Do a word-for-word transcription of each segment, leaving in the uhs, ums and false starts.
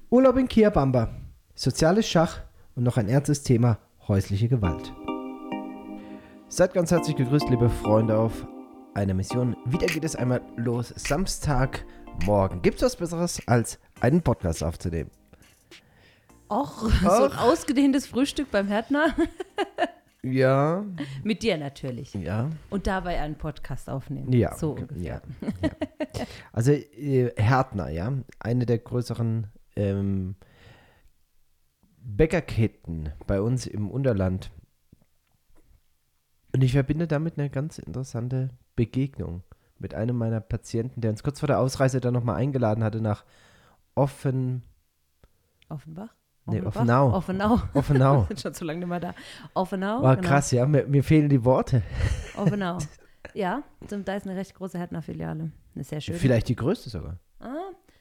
Urlaub in Kiabamba, soziales Schach und noch ein ernstes Thema, häusliche Gewalt. Seid ganz herzlich gegrüßt, liebe Freunde, auf einer Mission. Wieder geht es einmal los, Samstagmorgen. Gibt es was Besseres, als einen Podcast aufzunehmen? Och, Och. so ein ausgedehntes Frühstück beim Härtner. Ja. Mit dir natürlich. Ja. Und dabei einen Podcast aufnehmen. Ja. So ja, ja. Also äh, Härtner, ja, eine der größeren ähm, Bäckerketten bei uns im Unterland. Und ich verbinde damit eine ganz interessante Begegnung mit einem meiner Patienten, der uns kurz vor der Ausreise dann nochmal eingeladen hatte nach Offen... Offenbach? Nee, Offenau. Offenau. Offenau. Wir sind schon zu lange nicht mehr da. Offenau. War genau. Krass, ja. Mir, mir fehlen die Worte. Offenau. Ja, da ist eine recht große Härtner-Filiale. Eine sehr schöne. Vielleicht die größte sogar. Ah,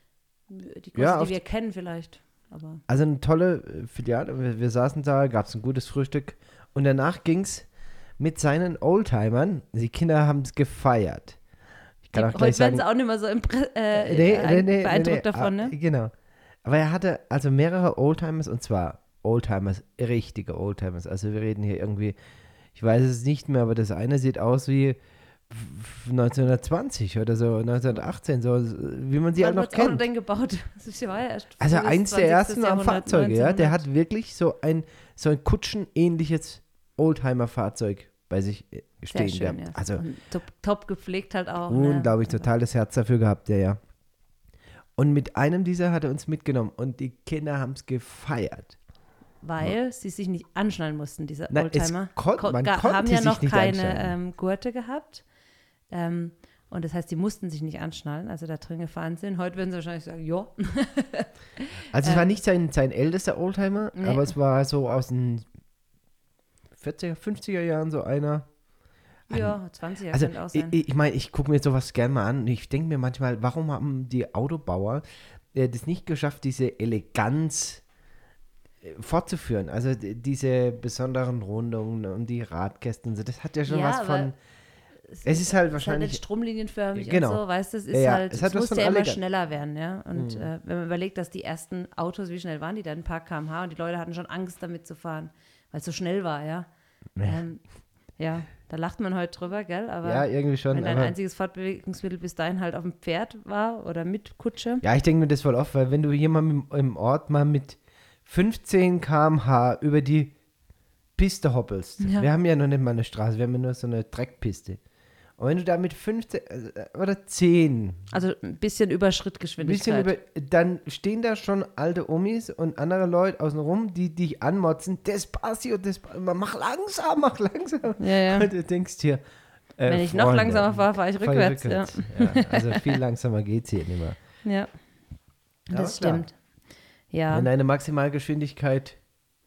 die größte, ja, die wir kennen vielleicht. Aber also eine tolle Filiale. Wir, wir saßen da, gab es ein gutes Frühstück. Und danach ging es mit seinen Oldtimern. Die Kinder haben es gefeiert. Ich kann die, auch gleich heute sagen, werden sie auch nicht mehr so impre- äh, nee, nee, nee, beeindruckt nee, nee. davon, ne? Ah, genau. Aber er hatte also mehrere Oldtimers, und zwar Oldtimers, richtige Oldtimers. Also wir reden hier irgendwie, ich weiß es nicht mehr, aber das eine sieht aus wie neunzehnhundertzwanzig oder so, neunzehnhundertachtzehn, so wie man sie halt noch Wann wird das Auto kennt. denn gebaut? Das war ja erst Also frühes eins der zwanzigsten ersten am Jahrhundert, Fahrzeuge, ja. Der neunzehnhundert. hat wirklich so ein, so ein Kutschenähnliches Oldtimer-Fahrzeug bei sich äh, stehen. Sehr schön, ja. ja. Also Und top, top gepflegt halt auch. unglaublich, ne? total das Herz dafür gehabt, der ja. Und mit einem dieser hat er uns mitgenommen und die Kinder haben es gefeiert. Weil Ja. sie sich nicht anschnallen mussten, diese Nein, es Oldtimer. kon- Ko- man ga- konnte haben ja sich noch nicht keine anschnallen. ähm, Gurte gehabt. Ähm, und das heißt, die mussten sich nicht anschnallen, als sie da drin gefahren sind. Heute würden sie wahrscheinlich sagen, ja. Also es war nicht sein, sein ältester Oldtimer, Nee. aber es war so aus den vierziger, fünfziger Jahren so einer. Ja, zwanziger Also könnte auch ich, sein. ich meine, ich gucke mir sowas gerne mal an und ich denke mir manchmal, warum haben die Autobauer äh, das nicht geschafft, diese Eleganz äh, fortzuführen? Also d- diese besonderen Rundungen und die Radkästen und so, das hat ja schon Ja, was aber von, es ist halt Es wahrscheinlich, nicht stromlinienförmig Genau. und so, weißt du, es ist Ja, ja, halt, es es, hat was muss von ja immer elegant. schneller werden, ja. Und Mhm. äh, wenn man überlegt, dass die ersten Autos, wie schnell waren die dann? Ein paar Kilometer pro Stunde und die Leute hatten schon Angst, damit zu fahren, weil es so schnell war, ja. Ähm, ja, da lacht man heute drüber, gell? Aber ja, irgendwie schon. wenn dein Aber, einziges Fortbewegungsmittel bis dahin halt auf dem Pferd war oder mit Kutsche. ja, ich denke mir das voll oft, weil wenn du jemandem im, im Ort mal mit fünfzehn Kilometer pro Stunde über die Piste hoppelst, Ja. wir haben ja noch nicht mal eine Straße, wir haben ja nur so eine Dreckpiste. Und wenn du da mit fünfzehn äh, oder zehn, Also ein bisschen über ein bisschen Schrittgeschwindigkeit. über, dann stehen da schon alte Omis und andere Leute außenrum, die dich anmotzen, Despacio, Despacio, mach langsam, mach langsam. ja, ja. Und du denkst hier, äh, Wenn ich noch Freunde, langsamer fahre, fahre ich fahr rückwärts. rückwärts. Ja, also viel langsamer geht's hier nicht mehr. Ja, ja. Aber Das klar. stimmt. Ja. Wenn deine Maximalgeschwindigkeit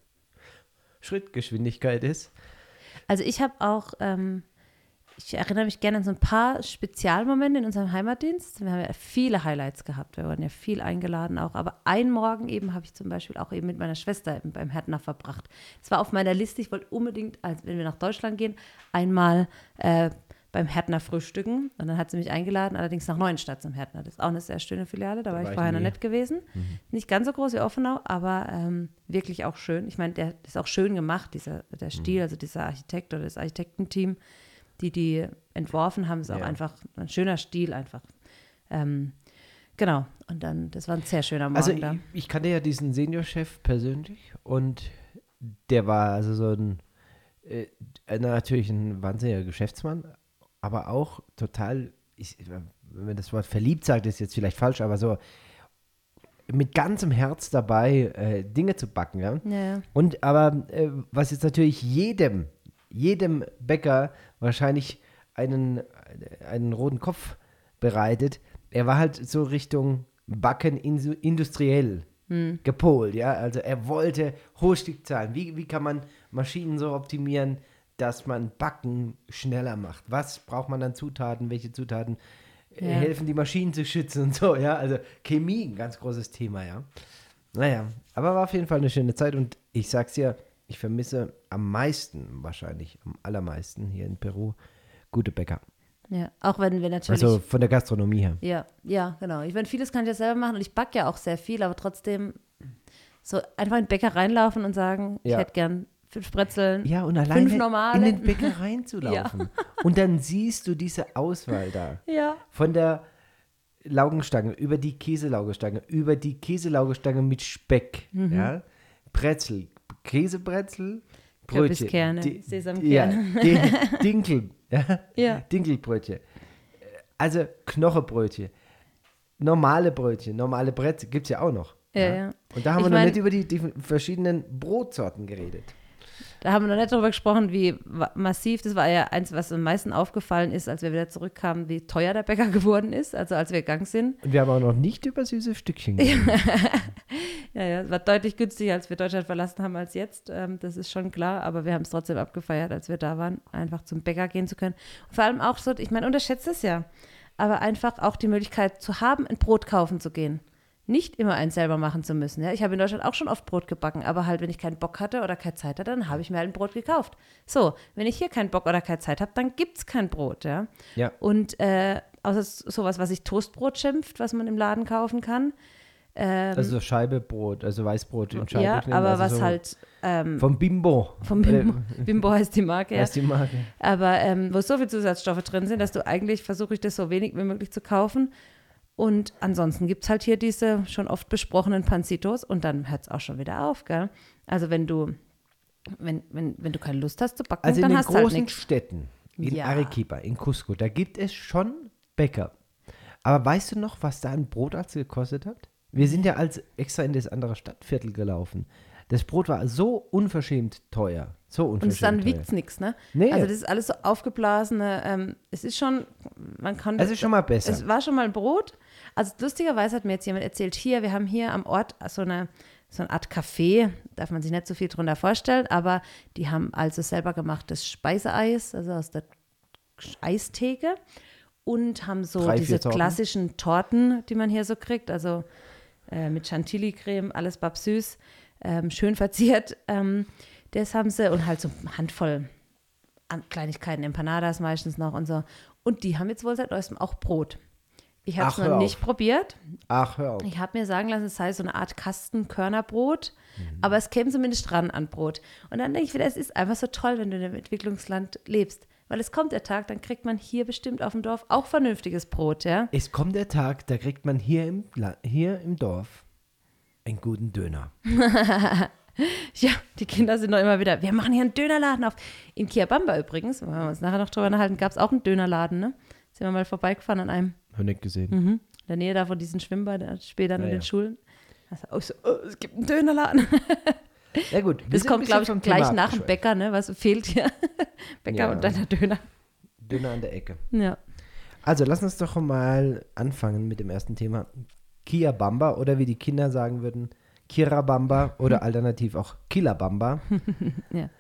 Schrittgeschwindigkeit ist. Also ich habe auch, ähm, ich erinnere mich gerne an so ein paar Spezialmomente in unserem Heimatdienst. Wir haben ja viele Highlights gehabt, wir wurden ja viel eingeladen auch, aber einen Morgen eben habe ich zum Beispiel auch eben mit meiner Schwester eben beim Härtner verbracht. Es war auf meiner Liste, ich wollte unbedingt, als wenn wir nach Deutschland gehen, einmal äh, beim Härtner frühstücken und dann hat sie mich eingeladen, allerdings nach Neuenstadt zum Härtner. Das ist auch eine sehr schöne Filiale, da, Da war war ich ich vorher noch nie. nicht gewesen. Mhm. Nicht ganz so groß wie Offenau, aber ähm, wirklich auch schön. Ich meine, der ist auch schön gemacht, dieser, der Stil, also dieser Architekt oder das Architektenteam, die die entworfen haben, ist auch Ja. einfach ein schöner Stil einfach. Ähm, genau, und dann, das war ein sehr schöner Morgen Also da. ich, ich kannte ja diesen Seniorchef persönlich und der war also so ein, äh, natürlich ein wahnsinniger Geschäftsmann, aber auch total, ich, wenn man das Wort verliebt sagt, ist jetzt vielleicht falsch, aber so mit ganzem Herz dabei, äh, Dinge zu backen, ja. Ja, ja. Und aber, äh, was jetzt natürlich jedem, jedem Bäcker wahrscheinlich einen, einen roten Kopf bereitet, er war halt so Richtung Backen insu- industriell Hm. gepolt, ja. Also er wollte hohe Stückzahlen. Wie, wie kann man Maschinen so optimieren, dass man Backen schneller macht? Was braucht man an Zutaten? Welche Zutaten äh, Ja. helfen, die Maschinen zu schützen und so, ja. Also Chemie, ein ganz großes Thema, ja. Naja, aber war auf jeden Fall eine schöne Zeit und ich sag's dir, ich vermisse am meisten wahrscheinlich, am allermeisten hier in Peru gute Bäcker. Ja, auch wenn wir natürlich. Also von der Gastronomie her. Ja, ja, genau. Ich meine, vieles kann ich ja selber machen und ich backe ja auch sehr viel, aber trotzdem So einfach in den Bäcker reinlaufen und sagen, Ja. ich hätte gern fünf Brezeln, Ja, und alleine fünf normale. in den Bäcker reinzulaufen. Und dann siehst du diese Auswahl da. Ja. Von der Laugenstange über die Käselaugenstange, über die Käselaugenstange mit Speck, Mhm. ja, Brezel, Käsebrezel, Brötchen. Kürbiskerne, Di- Sesamkerne. Ja, Di- Dinkel, ja, Ja. Dinkelbrötchen. Also Knochenbrötchen, normale Brötchen, normale Brezel gibt es ja auch noch. Ja, ja. Und da haben Ich wir noch mein- nicht über die, die verschiedenen Brotsorten geredet. Da haben wir noch nicht darüber gesprochen, wie wa- massiv, das war ja eins, was am meisten aufgefallen ist, als wir wieder zurückkamen, wie teuer der Bäcker geworden ist, also als wir gegangen sind. Und wir haben auch noch nicht über süße Stückchen geredet. Ja, ja, es war deutlich günstiger, als wir Deutschland verlassen haben als jetzt, ähm, das ist schon klar, aber wir haben es trotzdem abgefeiert, als wir da waren, einfach zum Bäcker gehen zu können. Und vor allem auch so, ich meine, unterschätzt es ja, aber einfach auch die Möglichkeit zu haben, ein Brot kaufen zu gehen. Nicht immer eins selber machen zu müssen. Ja? Ich habe in Deutschland auch schon oft Brot gebacken, aber halt, wenn ich keinen Bock hatte oder keine Zeit hatte, dann habe ich mir halt ein Brot gekauft. So, wenn ich hier keinen Bock oder keine Zeit habe, dann gibt es kein Brot. Ja? Ja. Und äh, außer sowas, was sich Toastbrot schimpft, was man im Laden kaufen kann. Ähm, Also so Scheibebrot, also Weißbrot in Scheibe ja, kneten, aber also was so halt ähm, vom Bimbo. vom Bimbo, Bimbo heißt die Marke, ja. Heißt die Marke. Aber ähm, wo so viele Zusatzstoffe drin sind, dass du eigentlich versuche ich das so wenig wie möglich zu kaufen. Und ansonsten gibt es halt hier diese schon oft besprochenen Pancitos und dann hört es auch schon wieder auf, gell? Also wenn du, wenn, wenn, wenn du keine Lust hast zu backen, Also in dann den hast du halt großen nichts. Städten, in Ja. Arequipa, in Cusco, da gibt es schon Bäcker. Aber weißt du noch, was da ein Brotarzt gekostet hat? Wir sind ja als extra in das andere Stadtviertel gelaufen. Das Brot war so unverschämt teuer. So Und unverschämt dann teuer. wiegt es nichts, ne? Nee. Also das ist alles so aufgeblasene, ähm, es ist schon, man kann Es ist schon mal besser. Es war schon mal ein Brot. Also lustigerweise hat mir jetzt jemand erzählt, hier, wir haben hier am Ort so eine, so eine Art Café, darf man sich nicht so viel drunter vorstellen, aber die haben also selber gemachtes Speiseeis, also aus der Eistheke und haben so Drei, diese vier Torten. klassischen Torten, die man hier so kriegt, also äh, mit Chantilly-Creme, alles babsüß, ähm, schön verziert. Ähm, das haben sie und halt so eine Handvoll an Kleinigkeiten, Empanadas meistens noch und so. Und die haben jetzt wohl seit neuestem auch Brot. Ich habe es Ach, noch hör auf. nicht probiert. Ach, hör auf. Ich habe mir sagen lassen, es sei so eine Art Kastenkörnerbrot, aber es käme zumindest ran an Brot. Und dann denke ich wieder, es ist einfach so toll, wenn du in einem Entwicklungsland lebst. Weil es kommt der Tag, dann kriegt man hier bestimmt auf dem Dorf auch vernünftiges Brot, ja? Es kommt der Tag, da kriegt man hier im, La- hier im Dorf einen guten Döner. Ja, die Kinder sind doch immer wieder, wir machen hier einen Dönerladen auf. In Kiabamba übrigens, wenn wir uns nachher noch drüber unterhalten, gab es auch einen Dönerladen, ne? Sind wir mal vorbeigefahren an einem, Hab nicht gesehen. mhm. in der Nähe da von diesen Schwimmbadbädern Ja, und ja. den Schulen. Also, oh, so, oh, es gibt einen Dönerladen. Ja gut. wir Das sind kommt, ein glaube bisschen ich, vom gleich Thema nach dem abgeschweift. Bäcker, ne? Was fehlt hier? Bäcker Ja. und dann der Döner. Döner an der Ecke. Ja. Also lass uns doch mal anfangen mit dem ersten Thema. Kiabamba oder wie die Kinder sagen würden, Kirabamba oder alternativ auch Kilabamba. Ja.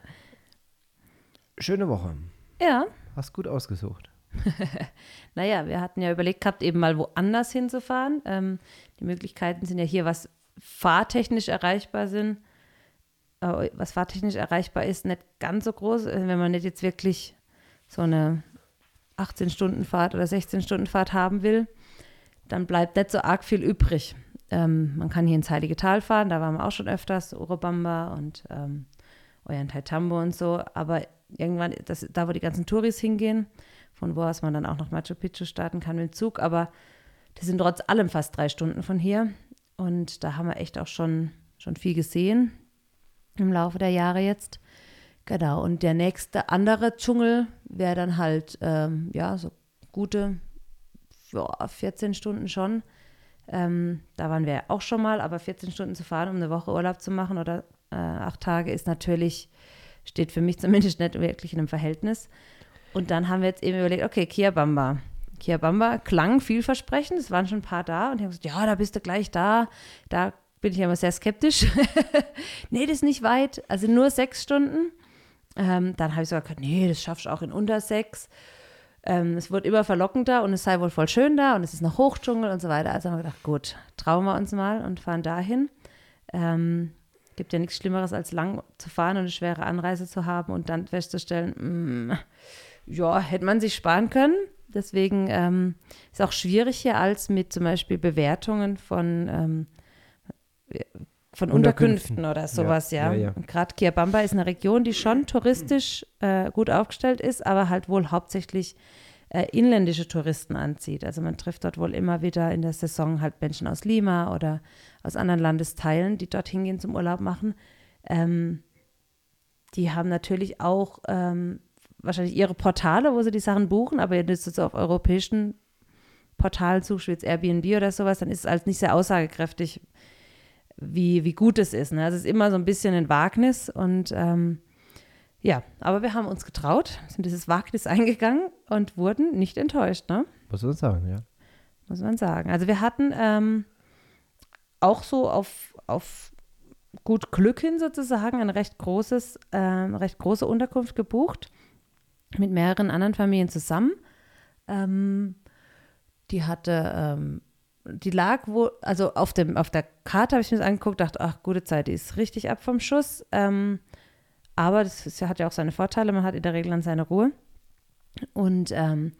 Schöne Woche. Ja. Hast gut ausgesucht. Naja, wir hatten ja überlegt gehabt, eben mal woanders hinzufahren. Ähm, die Möglichkeiten sind ja hier, was fahrtechnisch erreichbar sind, äh, was fahrtechnisch erreichbar ist, nicht ganz so groß, äh, wenn man nicht jetzt wirklich so eine achtzehn-Stunden-Fahrt oder sechzehn-Stunden-Fahrt haben will, dann bleibt nicht so arg viel übrig. Ähm, man kann hier ins Heilige Tal fahren, da waren wir auch schon öfters, Urubamba und ähm, Ollantaytambo und so, aber irgendwann, das, da wo die ganzen Touris hingehen, von wo aus man dann auch noch Machu Picchu starten kann mit dem Zug, aber das sind trotz allem fast drei Stunden von hier und da haben wir echt auch schon, schon viel gesehen im Laufe der Jahre jetzt. Genau, und der nächste andere Dschungel wäre dann halt, ähm, ja, so gute ja, vierzehn Stunden schon. Ähm, da waren wir ja auch schon mal, aber vierzehn Stunden zu fahren, um eine Woche Urlaub zu machen oder äh, acht Tage ist natürlich, steht für mich zumindest nicht wirklich in einem Verhältnis. Und dann haben wir jetzt eben überlegt, okay, Kiabamba. Kiabamba klang vielversprechend, es waren schon ein paar da und die haben gesagt, ja, da bist du gleich da. Da bin ich immer sehr skeptisch. Nee, das ist nicht weit, also nur sechs Stunden. Ähm, dann habe ich sogar gesagt, nee, das schaffst du auch in unter sechs. Ähm, es wird immer verlockender und es sei wohl voll schön da und es ist noch Hochdschungel und so weiter. Also haben wir gedacht, gut, trauen wir uns mal und fahren dahin. Ähm, gibt ja nichts Schlimmeres, als lang zu fahren und eine schwere Anreise zu haben und dann festzustellen, mh, ja, hätte man sich sparen können. Deswegen ähm, ist auch schwierig hier als mit zum Beispiel Bewertungen von ähm, von Unterkünften. Unterkünften oder sowas, ja. Ja, ja, ja. Und gerade Kiabamba ist eine Region, die schon touristisch äh, gut aufgestellt ist, aber halt wohl hauptsächlich äh, inländische Touristen anzieht. Also man trifft dort wohl immer wieder in der Saison halt Menschen aus Lima oder aus anderen Landesteilen, die dort hingehen zum Urlaub machen. Ähm, die haben natürlich auch ähm, wahrscheinlich ihre Portale, wo sie die Sachen buchen, aber wenn du jetzt so auf europäischen Portalen suchst, wie jetzt Airbnb oder sowas, dann ist es halt nicht sehr aussagekräftig, wie, wie gut es ist. Ne? Also es ist immer so ein bisschen ein Wagnis und ähm, ja, aber wir haben uns getraut, sind dieses Wagnis eingegangen und wurden nicht enttäuscht, ne? Muss man sagen, ja. Muss man sagen. Also wir hatten ähm, auch so auf, auf gut Glück hin sozusagen ein recht großes, ähm, recht große Unterkunft gebucht mit mehreren anderen Familien zusammen. Ähm, die hatte ähm, Die lag wo, also auf, dem, auf der Karte habe ich mir das angeguckt, dachte, ach, gute Zeit, die ist richtig ab vom Schuss. Ähm, aber das ist, hat ja auch seine Vorteile, man hat in der Regel dann seine Ruhe. Und ähm,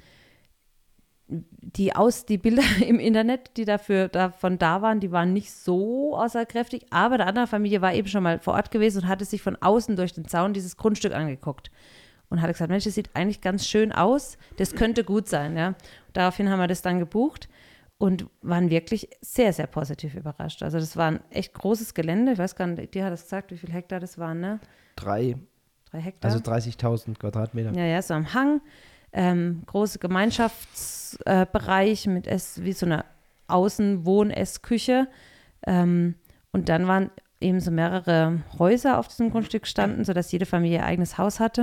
die, Aus, die Bilder im Internet, die dafür davon da waren, die waren nicht so aussagekräftig, aber der andere Familie war eben schon mal vor Ort gewesen und hatte sich von außen durch den Zaun dieses Grundstück angeguckt. Und hat gesagt, Mensch, das sieht eigentlich ganz schön aus, das könnte gut sein. Ja. Daraufhin haben wir das dann gebucht. Und waren wirklich sehr, sehr positiv überrascht. Also das war ein echt großes Gelände. Ich weiß gar nicht, dir hat es gesagt, wie viele Hektar das waren, ne? Drei. Drei Hektar? Also dreißigtausend Quadratmeter. Ja, ja, so am Hang. Ähm, große Gemeinschaftsbereich äh, mit Ess, wie so einer Außenwohn-Essküche. Ähm, und dann waren eben so mehrere Häuser auf diesem Grundstück standen, sodass jede Familie ihr eigenes Haus hatte.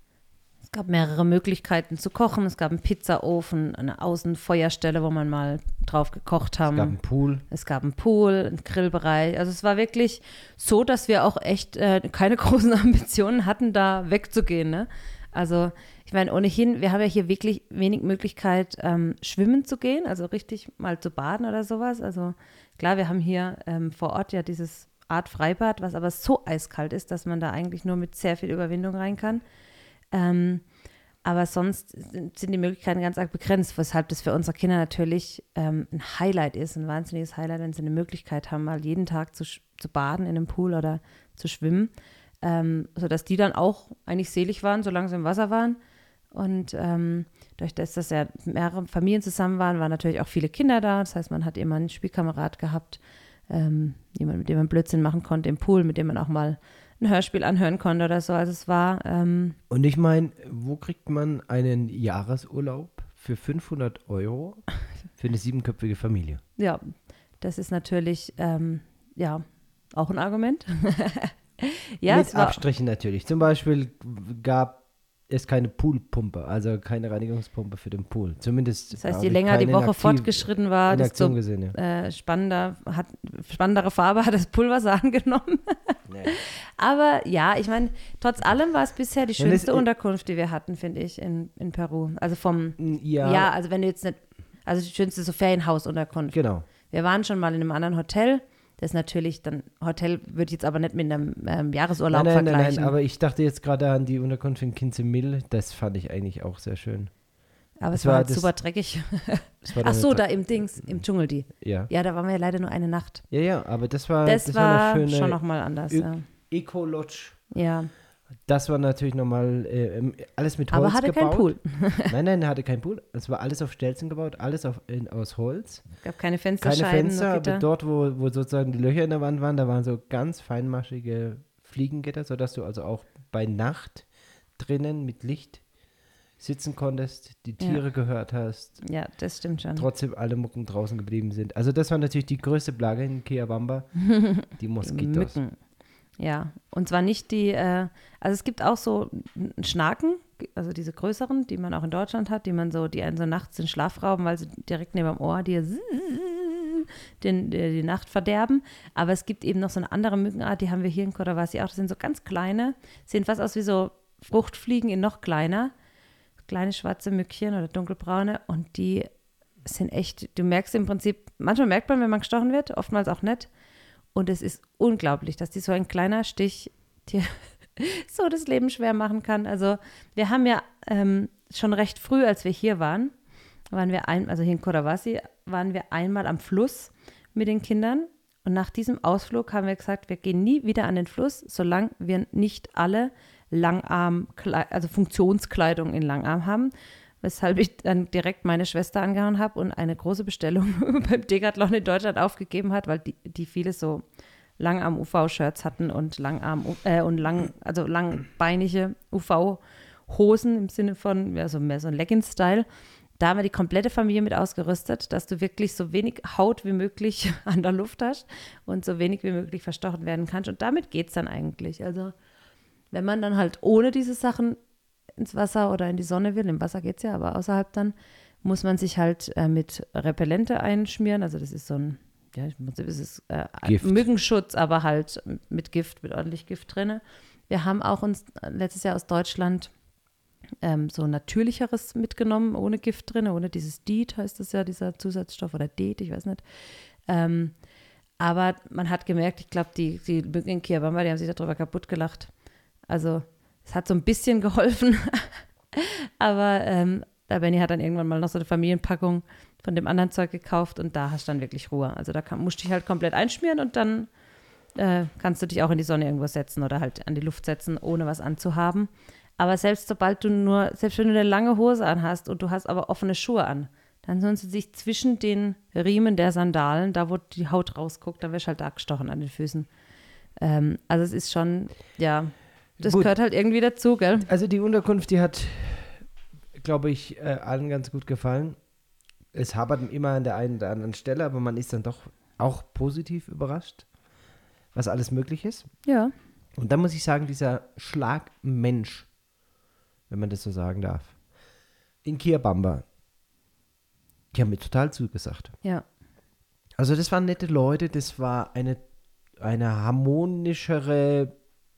Es gab mehrere Möglichkeiten zu kochen. Es gab einen Pizzaofen, eine Außenfeuerstelle, wo man mal drauf gekocht haben. Es gab einen Pool. Es gab einen Pool, einen Grillbereich. Also es war wirklich so, dass wir auch echt äh, keine großen Ambitionen hatten, da wegzugehen. Ne? Also ich meine, ohnehin, wir haben ja hier wirklich wenig Möglichkeit, ähm, schwimmen zu gehen, also richtig mal zu baden oder sowas. Also klar, wir haben hier ähm, vor Ort ja dieses Art Freibad, was aber so eiskalt ist, dass man da eigentlich nur mit sehr viel Überwindung rein kann. Ähm, aber sonst sind, sind die Möglichkeiten ganz arg begrenzt, weshalb das für unsere Kinder natürlich ähm, ein Highlight ist, ein wahnsinniges Highlight, wenn sie eine Möglichkeit haben, mal jeden Tag zu, zu baden in einem Pool oder zu schwimmen, ähm, sodass die dann auch eigentlich selig waren, solange sie im Wasser waren. Und ähm, durch das, dass ja mehrere Familien zusammen waren, waren natürlich auch viele Kinder da. Das heißt, man hat immer einen Spielkamerad gehabt, ähm, jemand, mit dem man Blödsinn machen konnte im Pool, mit dem man auch mal ein Hörspiel anhören konnte oder so. Also es war ähm Und ich meine, wo kriegt man einen Jahresurlaub für fünfhundert Euro für eine siebenköpfige Familie? Ja, das ist natürlich ähm, ja auch ein Argument. ja, Mit es war, Abstrichen natürlich. Zum Beispiel gab es keine Poolpumpe, also keine Reinigungspumpe für den Pool. Zumindest. Das heißt, je länger die Woche fortgeschritten war, desto gesehen, ja. äh, spannender hat, spannendere Farbe hat das Pulverwasser angenommen. Nee. Aber ja, ich meine, trotz allem war es bisher die schönste das, Unterkunft, die wir hatten, finde ich, in, in Peru. Also vom, ja. ja, also wenn du jetzt nicht, also die schönste so Ferienhausunterkunft. Genau. Wir waren schon mal in einem anderen Hotel. Das ist natürlich dann, Hotel würde ich jetzt aber nicht mit einem ähm, Jahresurlaub nein, nein, vergleichen. Nein, nein, aber ich dachte jetzt gerade an die Unterkunft in Kinzemil. Das fand ich eigentlich auch sehr schön. Aber das es war, war halt das, super dreckig. Ach so, da im Dings, im Dschungel die. Ja. Ja, da waren wir ja leider nur eine Nacht. Ja, ja, aber das war Das, das war, war eine schöne schon nochmal anders, Ö- ja. Eco-Lodge. Ja. Das war natürlich nochmal äh, alles mit Holz aber hatte gebaut. keinen Pool. nein, nein, er hatte keinen Pool. Es war alles auf Stelzen gebaut, alles auf, in, aus Holz. Es gab keine Fensterscheiben. Keine Fenster, aber dort, wo, wo sozusagen die Löcher in der Wand waren, da waren so ganz feinmaschige Fliegengitter, sodass du also auch bei Nacht drinnen mit Licht sitzen konntest, die Tiere ja. gehört hast. Ja, das stimmt schon. Trotzdem alle Mucken draußen geblieben sind. Also das war natürlich die größte Plage in Kiabamba, die Moskitos. Die Mücken. Ja, und zwar nicht die, äh, also es gibt auch so Schnaken, also diese größeren, die man auch in Deutschland hat, die man so, die einen so nachts den Schlaf rauben, weil sie direkt neben dem Ohr dir den, die, die Nacht verderben. Aber es gibt eben noch so eine andere Mückenart, die haben wir hier in Cotahuasi auch. Das sind so ganz kleine, sehen fast aus wie so Fruchtfliegen in noch kleiner. Kleine schwarze Mückchen oder dunkelbraune und die sind echt, du merkst im Prinzip, manchmal merkt man, wenn man gestochen wird, oftmals auch nicht. Und es ist unglaublich, dass die so ein kleiner Stich dir so das Leben schwer machen kann. Also wir haben ja ähm, schon recht früh, als wir hier waren, waren wir ein, also hier in Cotahuasi, waren wir einmal am Fluss mit den Kindern. Und nach diesem Ausflug haben wir gesagt, wir gehen nie wieder an den Fluss, solange wir nicht alle Langarm, also Funktionskleidung in Langarm haben. Weshalb ich dann direkt meine Schwester angehauen habe und eine große Bestellung beim Decathlon in Deutschland aufgegeben hat, weil die, die viele so Langarm-U V-Shirts hatten und Langarm äh, und lang, also langbeinige U V-Hosen im Sinne von, also mehr so ein Leggings-Style. Da haben wir die komplette Familie mit ausgerüstet, dass du wirklich so wenig Haut wie möglich an der Luft hast und so wenig wie möglich verstochen werden kannst. Und damit geht es dann eigentlich. Also wenn man dann halt ohne diese Sachen ins Wasser oder in die Sonne will, im Wasser geht es ja, aber außerhalb dann, muss man sich halt äh, mit Repellente einschmieren. Also das ist so ein, ja, im Prinzip ist es äh, Mückenschutz, aber halt mit Gift, mit ordentlich Gift drin. Wir haben auch uns letztes Jahr aus Deutschland ähm, so natürlicheres mitgenommen, ohne Gift drin, ohne dieses D E E T heißt das ja, dieser Zusatzstoff, oder D E E T, ich weiß nicht. Ähm, aber man hat gemerkt, ich glaube, die, die Mücken in Kiabamba, die haben sich darüber kaputt gelacht. Also es hat so ein bisschen geholfen, aber ähm, der Benni hat dann irgendwann mal noch so eine Familienpackung von dem anderen Zeug gekauft und da hast du dann wirklich Ruhe. Also da kann, musst du dich halt komplett einschmieren und dann äh, kannst du dich auch in die Sonne irgendwo setzen oder halt an die Luft setzen, ohne was anzuhaben. Aber selbst sobald du nur, selbst wenn du eine lange Hose anhast und du hast aber offene Schuhe an, dann sollst du dich zwischen den Riemen der Sandalen, da wo die Haut rausguckt, dann wirst du halt da gestochen an den Füßen. Ähm, also es ist schon, ja, das gut. Gehört halt irgendwie dazu, gell? Also die Unterkunft, die hat, glaube ich, äh, allen ganz gut gefallen. Es hapert immer an der einen oder anderen Stelle, aber man ist dann doch auch positiv überrascht, was alles möglich ist. Ja. Und dann muss ich sagen, dieser Schlagmensch, wenn man das so sagen darf, in Kiabamba, die haben mir total zugesagt. Ja. Also das waren nette Leute, das war eine, eine harmonischere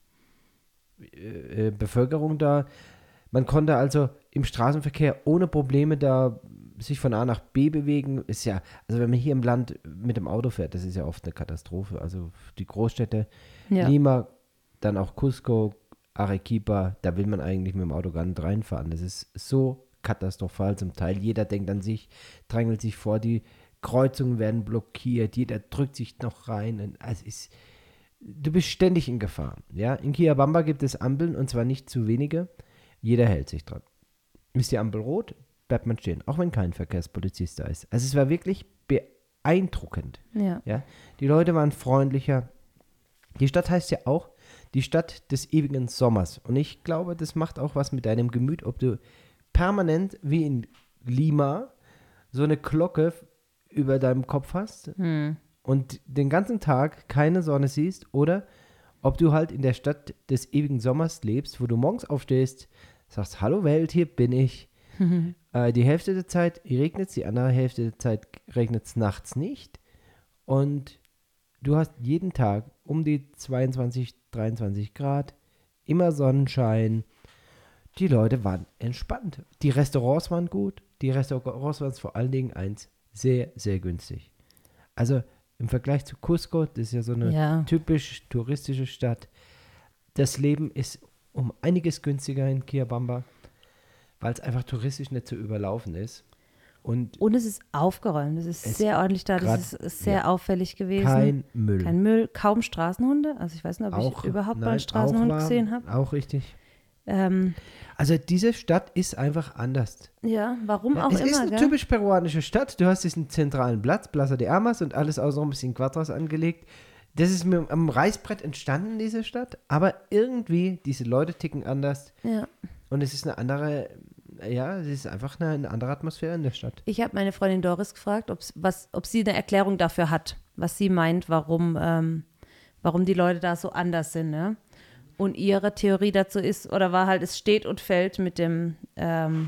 äh, Bevölkerung da. Man konnte also im Straßenverkehr ohne Probleme da sich von A nach B bewegen. Ist ja, also wenn man hier im Land mit dem Auto fährt, das ist ja oft eine Katastrophe. Also die Großstädte, ja. Lima, dann auch Cusco, Arequipa, da will man eigentlich mit dem Auto gar nicht reinfahren. Das ist so katastrophal zum Teil. Jeder denkt an sich, drängelt sich vor, die Kreuzungen werden blockiert, jeder drückt sich noch rein. Also ist, du bist ständig in Gefahr. Ja? In Kiabamba gibt es Ampeln und zwar nicht zu wenige. Jeder hält sich dran. Ist die Ampel rot, bleibt man stehen, auch wenn kein Verkehrspolizist da ist. Also es war wirklich beeindruckend. Ja. Ja? Die Leute waren freundlicher. Die Stadt heißt ja auch die Stadt des ewigen Sommers. Und ich glaube, das macht auch was mit deinem Gemüt, ob du permanent wie in Lima so eine Glocke über deinem Kopf hast hm. und den ganzen Tag keine Sonne siehst oder ob du halt in der Stadt des ewigen Sommers lebst, wo du morgens aufstehst, sagst, hallo Welt, hier bin ich. Mhm. Äh, die Hälfte der Zeit regnet es, die andere Hälfte der Zeit regnet es nachts nicht und du hast jeden Tag um die zweiundzwanzig, dreiundzwanzig Grad, immer Sonnenschein. Die Leute waren entspannt. Die Restaurants waren gut. Die Restaurants waren vor allen Dingen eins, sehr, sehr günstig. Also im Vergleich zu Cusco, das ist ja so eine ja. typisch touristische Stadt, das Leben ist um einiges günstiger in Kiabamba, weil es einfach touristisch nicht zu überlaufen ist. Und, Und es ist aufgeräumt, es ist es sehr ordentlich da, das ist sehr ja, auffällig gewesen. Kein Müll. Kein Müll, kaum Straßenhunde. Also ich weiß nicht, ob auch, ich überhaupt nein, mal einen Straßenhund war, gesehen habe. Auch richtig. Ähm, also diese Stadt ist einfach anders. Ja, warum ja, auch es immer. Es ist eine gell? typisch peruanische Stadt. Du hast diesen zentralen Platz, Plaza de Armas und alles auch so ein bisschen Quadras angelegt. Das ist mir am Reißbrett entstanden, diese Stadt. Aber irgendwie, diese Leute ticken anders. Ja. Und es ist eine andere... Ja, es ist einfach eine, eine andere Atmosphäre in der Stadt. Ich habe meine Freundin Doris gefragt, was, ob sie eine Erklärung dafür hat, was sie meint, warum, ähm, warum die Leute da so anders sind. Ne? Und ihre Theorie dazu ist, oder war halt, es steht und fällt mit dem, ähm,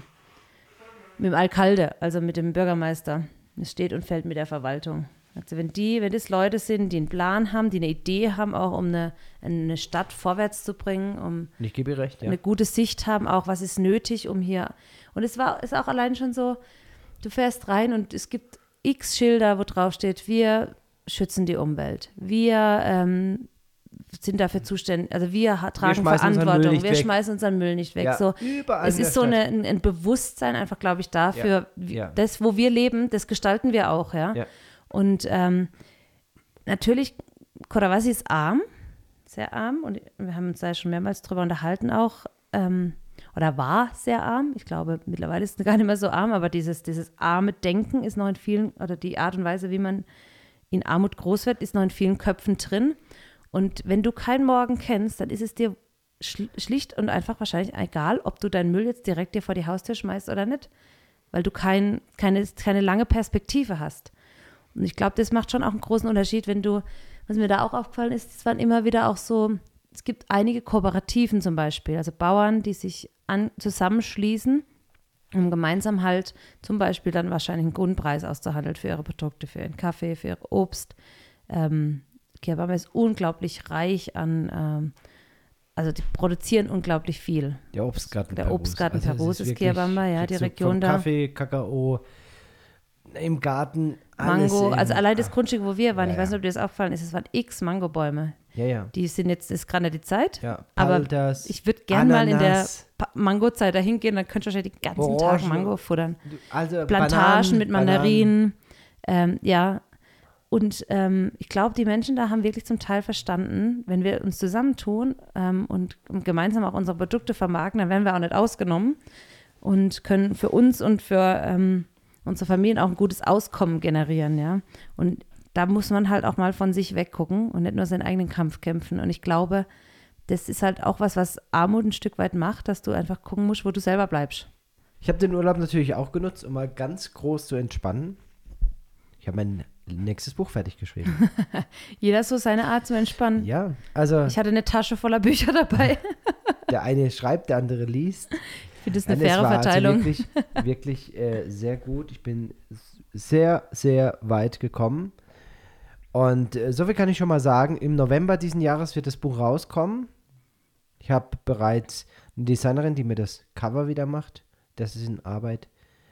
mit dem Alcalde, also mit dem Bürgermeister. Es steht und fällt mit der Verwaltung. Also wenn die, wenn das Leute sind, die einen Plan haben, die eine Idee haben, auch um eine, eine Stadt vorwärts zu bringen, um ich gebe ihr recht, ja. eine gute Sicht haben, auch was ist nötig, um hier. Und es war ist auch allein schon so, du fährst rein und es gibt x Schilder, wo drauf steht, wir schützen die Umwelt, wir ähm, sind dafür zuständig, also wir tragen wir Verantwortung, wir weg. schmeißen unseren Müll nicht weg. Ja, so, überall es ist so eine, ein, ein Bewusstsein einfach, glaube ich, dafür, ja, ja. das, wo wir leben, das gestalten wir auch, ja. ja. Und ähm, natürlich, Cotahuasi ist arm, sehr arm und wir haben uns da schon mehrmals drüber unterhalten auch, ähm, oder war sehr arm. Ich glaube, mittlerweile ist es gar nicht mehr so arm, aber dieses, dieses arme Denken ist noch in vielen, oder die Art und Weise, wie man in Armut groß wird, ist noch in vielen Köpfen drin. Und wenn du keinen Morgen kennst, dann ist es dir schlicht und einfach wahrscheinlich egal, ob du deinen Müll jetzt direkt dir vor die Haustür schmeißt oder nicht, weil du kein, keine, keine lange Perspektive hast. Und ich glaube, das macht schon auch einen großen Unterschied, wenn du, was mir da auch aufgefallen ist, es waren immer wieder auch so, es gibt einige Kooperativen zum Beispiel, also Bauern, die sich an, zusammenschließen, um gemeinsam halt zum Beispiel dann wahrscheinlich einen Grundpreis auszuhandeln für ihre Produkte, für ihren Kaffee, für ihr Obst. Ähm, Kia Bamba ist unglaublich reich an, ähm, also die produzieren unglaublich viel. Der Obstgarten Der Perus. Obstgarten Also Perus ist ist Kia Bamba, ja, die so Region von da. Kaffee, Kakao, im Garten, alles. Mango, im, also allein das Grundstück, wo wir waren, Ja, ich weiß nicht, ja. ob dir das aufgefallen ist, es waren x Mangobäume. Ja, ja. Die sind jetzt, ist gerade nicht die Zeit, ja aber Paltas, ich würde gerne mal in der Ananas, Pa- Mangozeit dahin gehen, dann könnt ihr wahrscheinlich den ganzen Tag Orangen. Mango futtern. also Plantagen Bananen, mit Mandarinen, ähm, ja. Und ähm, ich glaube, die Menschen da haben wirklich zum Teil verstanden, wenn wir uns zusammentun ähm, und gemeinsam auch unsere Produkte vermarkten, dann werden wir auch nicht ausgenommen und können für uns und für ähm, unsere Familien auch ein gutes Auskommen generieren, ja. Und da muss man halt auch mal von sich weggucken und nicht nur seinen eigenen Kampf kämpfen. Und ich glaube, das ist halt auch was, was Armut ein Stück weit macht, dass du einfach gucken musst, wo du selber bleibst. Ich habe den Urlaub natürlich auch genutzt, um mal ganz groß zu entspannen. Ich habe mein nächstes Buch fertig geschrieben. Jeder so seine Art zu entspannen. Ja, also Ich hatte eine Tasche voller Bücher dabei. der eine schreibt, der andere liest. Ich finde das eine Nein, es faire war also Verteilung. wirklich, wirklich äh, sehr gut. Ich bin sehr, sehr weit gekommen. Und äh, so viel kann ich schon mal sagen. Im November diesen Jahres wird das Buch rauskommen. Ich habe bereits eine Designerin, die mir das Cover wieder macht. Das ist in Arbeit.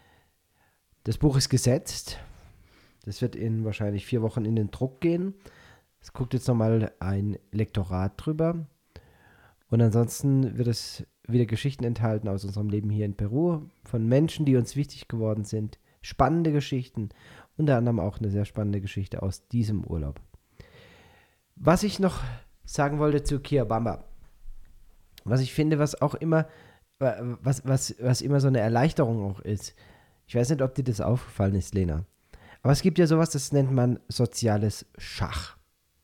Das Buch ist gesetzt. Das wird in wahrscheinlich vier Wochen in den Druck gehen. Es guckt jetzt nochmal ein Lektorat drüber. Und ansonsten wird es wieder Geschichten enthalten aus unserem Leben hier in Peru. Von Menschen, die uns wichtig geworden sind. Spannende Geschichten. Unter anderem auch eine sehr spannende Geschichte aus diesem Urlaub. Was ich noch sagen wollte zu Kia Bamba. Was ich finde, was auch immer, was, was, was immer so eine Erleichterung auch ist. Ich weiß nicht, ob dir das aufgefallen ist, Lena. Aber es gibt ja sowas, das nennt man soziales Schach.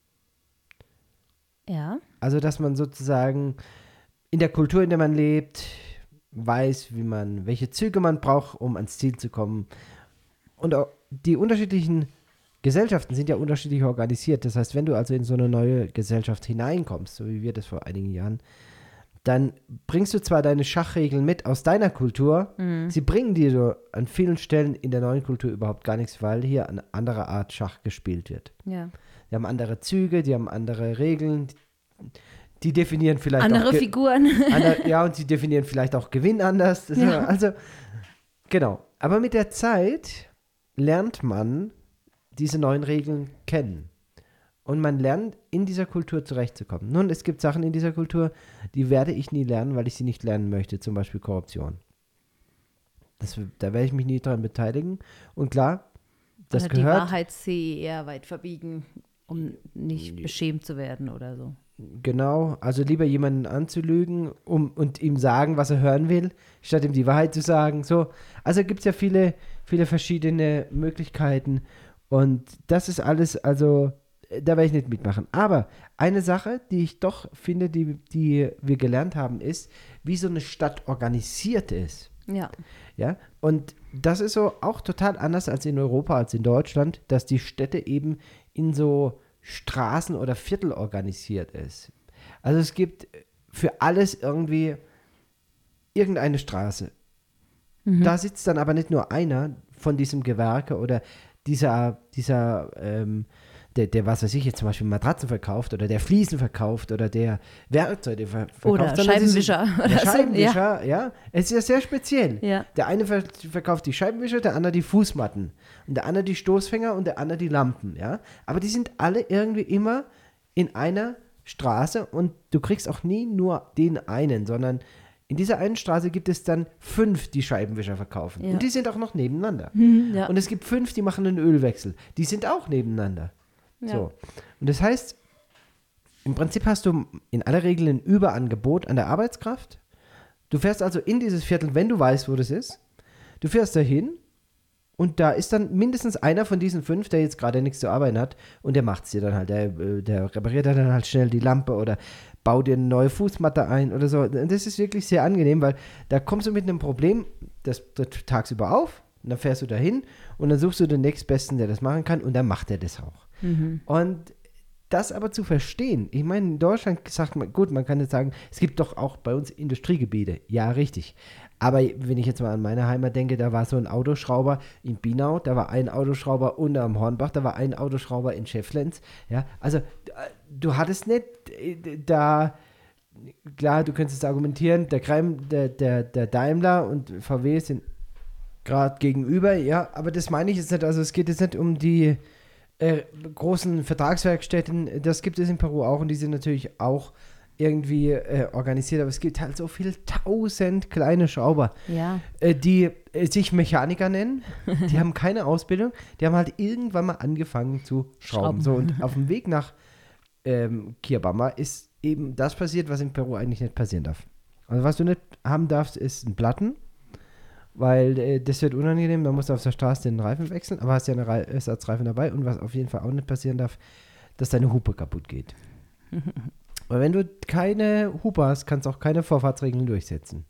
Ja. Also, dass man sozusagen in der Kultur, in der man lebt, weiß, wie man, welche Züge man braucht, um ans Ziel zu kommen. Und auch die unterschiedlichen Gesellschaften sind ja unterschiedlich organisiert. Das heißt, wenn du also in so eine neue Gesellschaft hineinkommst, so wie wir das vor einigen Jahren, dann bringst du zwar deine Schachregeln mit aus deiner Kultur, Mhm. sie bringen dir so an vielen Stellen in der neuen Kultur überhaupt gar nichts, weil hier eine andere Art Schach gespielt wird. Ja. Die haben andere Züge, die haben andere Regeln, die definieren vielleicht Andere auch Ge- Figuren. Ander, ja, und sie definieren vielleicht auch Gewinn anders. Das Ja. ist, also, genau. Aber mit der Zeit lernt man diese neuen Regeln kennen. Und man lernt, in dieser Kultur zurechtzukommen. Nun, es gibt Sachen in dieser Kultur, die werde ich nie lernen, weil ich sie nicht lernen möchte. Zum Beispiel Korruption. Das, da werde ich mich nie daran beteiligen. Und klar, das Oder die gehört... Wahrheitssee eher weit verbiegen, um nicht beschämt zu werden oder so. Genau, also lieber jemanden anzulügen um, und ihm sagen, was er hören will, statt ihm die Wahrheit zu sagen. So, also gibt es ja viele, viele verschiedene Möglichkeiten und das ist alles, also da werde ich nicht mitmachen. Aber eine Sache, die ich doch finde, die, die wir gelernt haben, ist, wie so eine Stadt organisiert ist. Ja. Ja, und das ist so auch total anders als in Europa, als in Deutschland, dass die Städte eben in so Straßen oder Viertel organisiert ist. Also es gibt für alles irgendwie irgendeine Straße. Mhm. Da sitzt dann aber nicht nur einer von diesem Gewerke oder dieser, dieser ähm, der, der, was weiß ich jetzt zum Beispiel Matratzen verkauft oder der Fliesen verkauft oder der Werkzeuge ver verkauft. Oder sondern es ist- Scheibenwischer. Der oder so. Scheibenwischer, ja. Es ist ja sehr speziell. Ja. Der eine ver verkauft die Scheibenwischer, der andere die Fußmatten. Und der andere die Stoßfänger und der andere die Lampen, ja. Aber die sind alle irgendwie immer in einer Straße und du kriegst auch nie nur den einen, sondern in dieser einen Straße gibt es dann fünf, die Scheibenwischer verkaufen. Ja. Und die sind auch noch nebeneinander. Mhm, ja. Und es gibt fünf, die machen einen Ölwechsel. Die sind auch nebeneinander. Ja. So. Und das heißt, im Prinzip hast du in aller Regel ein Überangebot an der Arbeitskraft. Du fährst also in dieses Viertel, wenn du weißt, wo das ist. Du fährst dahin und da ist dann mindestens einer von diesen fünf, der jetzt gerade nichts zu arbeiten hat und der macht es dir dann halt. Der, der repariert dann halt schnell die Lampe oder baut dir eine neue Fußmatte ein oder so. Und das ist wirklich sehr angenehm, weil da kommst du mit einem Problem, das tritt tagsüber auf und dann fährst du dahin und dann suchst du den nächstbesten, der das machen kann und dann macht er das auch. Mhm. Und das aber zu verstehen, ich meine, in Deutschland sagt man, gut, man kann jetzt sagen, es gibt doch auch bei uns Industriegebiete. Ja, richtig. Aber wenn ich jetzt mal an meine Heimat denke, da war so ein Autoschrauber in Binau, da war ein Autoschrauber unten am Hornbach, da war ein Autoschrauber in Schäfflenz. Ja, also du hattest nicht da, klar, du könntest argumentieren, der, Kreim, der, der, der Daimler und V W sind gerade gegenüber, ja, aber das meine ich jetzt nicht, also es geht jetzt nicht um die Äh, großen Vertragswerkstätten, das gibt es in Peru auch und die sind natürlich auch irgendwie äh, organisiert, aber es gibt halt so viele tausend kleine Schrauber, Ja. äh, die äh, sich Mechaniker nennen, die haben keine Ausbildung, die haben halt irgendwann mal angefangen zu schrauben. Schrauben. So, und auf dem Weg nach ähm, Quillabamba ist eben das passiert, was in Peru eigentlich nicht passieren darf. Also was du nicht haben darfst, ist ein Platten, weil äh, das wird unangenehm, da musst du auf der Straße den Reifen wechseln, aber hast ja eine Re- Ersatzreifen dabei und was auf jeden Fall auch nicht passieren darf, dass deine Hupe kaputt geht. Weil wenn du keine Hupe hast, kannst du auch keine Vorfahrtsregeln durchsetzen.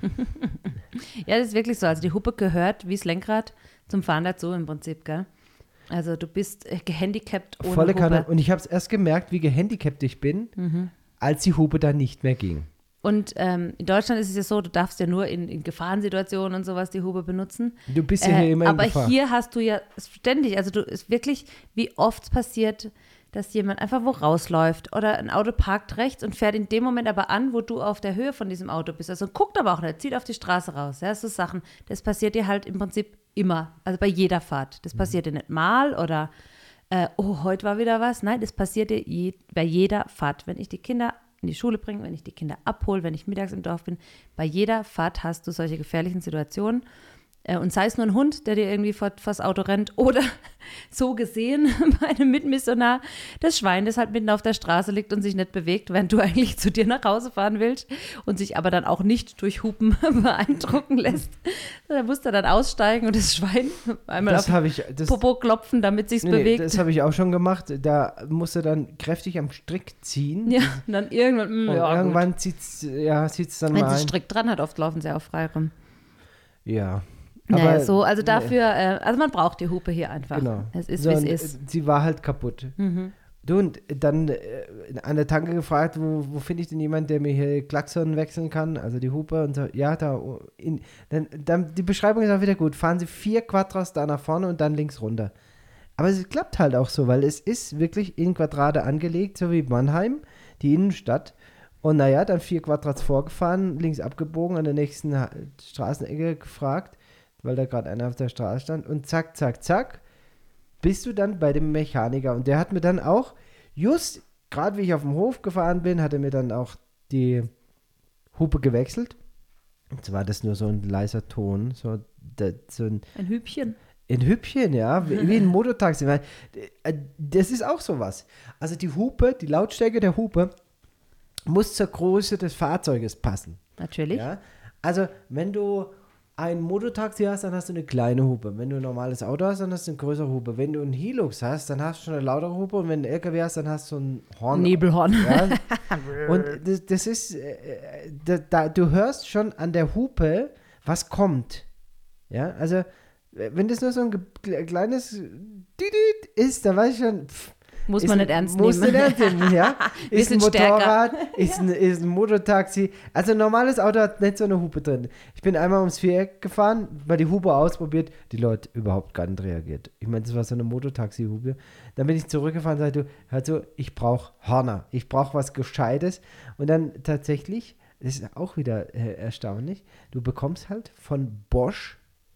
Ja, das ist wirklich so. Also die Hupe gehört wie das Lenkrad zum Fahren dazu im Prinzip, gell? Also du bist äh, gehandicapt ohne Volle Hupe. Kanne. Und ich habe es erst gemerkt, wie gehandicapt ich bin, Mhm. als die Hupe dann nicht mehr ging. Und ähm, in Deutschland ist es ja so, du darfst ja nur in, in Gefahrensituationen und sowas die Hupe benutzen. Du bist ja Äh, hier immer in aber Gefahr. hier hast du ja ständig, also du ist wirklich, wie oft passiert, dass jemand einfach wo rausläuft oder ein Auto parkt rechts und fährt in dem Moment aber an, wo du auf der Höhe von diesem Auto bist. Also guckt aber auch nicht, zieht auf die Straße raus. Ja, so Sachen, das passiert dir halt im Prinzip immer, also bei jeder Fahrt. Das passiert dir nicht mal oder äh, oh, heute war wieder was. Nein, das passiert dir je, bei jeder Fahrt. Wenn ich die Kinder in die Schule bringe, wenn ich die Kinder abhole, wenn ich mittags im Dorf bin, bei jeder Fahrt hast du solche gefährlichen Situationen. Äh, und sei es nur ein Hund, der dir irgendwie vor, vors Auto rennt oder so gesehen bei einem Mitmissionar, das Schwein, das halt mitten auf der Straße liegt und sich nicht bewegt, während du eigentlich zu dir nach Hause fahren willst und sich aber dann auch nicht durch Hupen beeindrucken lässt. Da musst du dann aussteigen und das Schwein einmal Das auf habe ich, das, Popo klopfen, damit sich's nee, nee, bewegt. das habe ich auch schon gemacht. Da musst du dann kräftig am Strick ziehen. Ja, und dann irgendwann, mm, Und ja, irgendwann zieht es ja, zieht's dann wenn mal sie ein. strikt dran hat, oft laufen sie auch frei rum. Ja. Naja, Aber- so, also nee. dafür, äh, also man braucht die Hupe hier einfach. Genau. Es ist, So, wie es und, ist. äh, Sie war halt kaputt. Mhm. Du, und dann äh, an der Tanke gefragt, wo, wo finde ich denn jemanden, der mir hier Klaxon wechseln kann, also die Hupe und so, ja, da, oh, in, dann, dann, die Beschreibung ist auch wieder gut, fahren Sie vier Quadras da nach vorne und dann links runter. Aber es klappt halt auch so, weil es ist wirklich in Quadrate angelegt, so wie Mannheim, die Innenstadt. Und naja, dann vier Quadrats vorgefahren, links abgebogen, an der nächsten Ha- Straßenecke gefragt, weil da gerade einer auf der Straße stand und zack, zack, zack, bist du dann bei dem Mechaniker. Und der hat mir dann auch, just gerade wie ich auf dem Hof gefahren bin, hat er mir dann auch die Hupe gewechselt. Und zwar das nur so ein leiser Ton, so, da, so ein, Ein Hübchen. ein Hübchen, ja, wie, wie ein Motortaxi. Weil, äh, das ist auch sowas. Also die Hupe, die Lautstärke der Hupe muss zur Größe des Fahrzeuges passen. Natürlich. Ja? Also, wenn du ein Motortaxi hast, dann hast du eine kleine Hupe. Wenn du ein normales Auto hast, dann hast du eine größere Hupe. Wenn du einen Hilux hast, dann hast du schon eine lautere Hupe. Und wenn du einen L K W hast, dann hast du ein Horn. Nebelhorn. Ja? Und das, das ist, äh, da, da, du hörst schon an der Hupe, was kommt. Ja, also, wenn das nur so ein ge- kleines Düdüt ist, dann weiß ich schon, pff, Muss ist man ein- nicht ernst muss nehmen. nicht ernst nehmen, ja. Wir Ist ein sind stärker. Motorrad, ist ein, ist ein Motortaxi. Also ein normales Auto hat nicht so eine Hupe drin. Ich bin einmal ums Viereck gefahren, mal die Hupe ausprobiert, die Leute überhaupt gar nicht reagiert. Ich meine, das war so eine Motortaxi-Hupe. Dann bin ich zurückgefahren und sagte, du, hör zu, ich brauche Hörner, ich brauche was Gescheites. Und dann tatsächlich, das ist auch wieder äh, erstaunlich, du bekommst halt von Bosch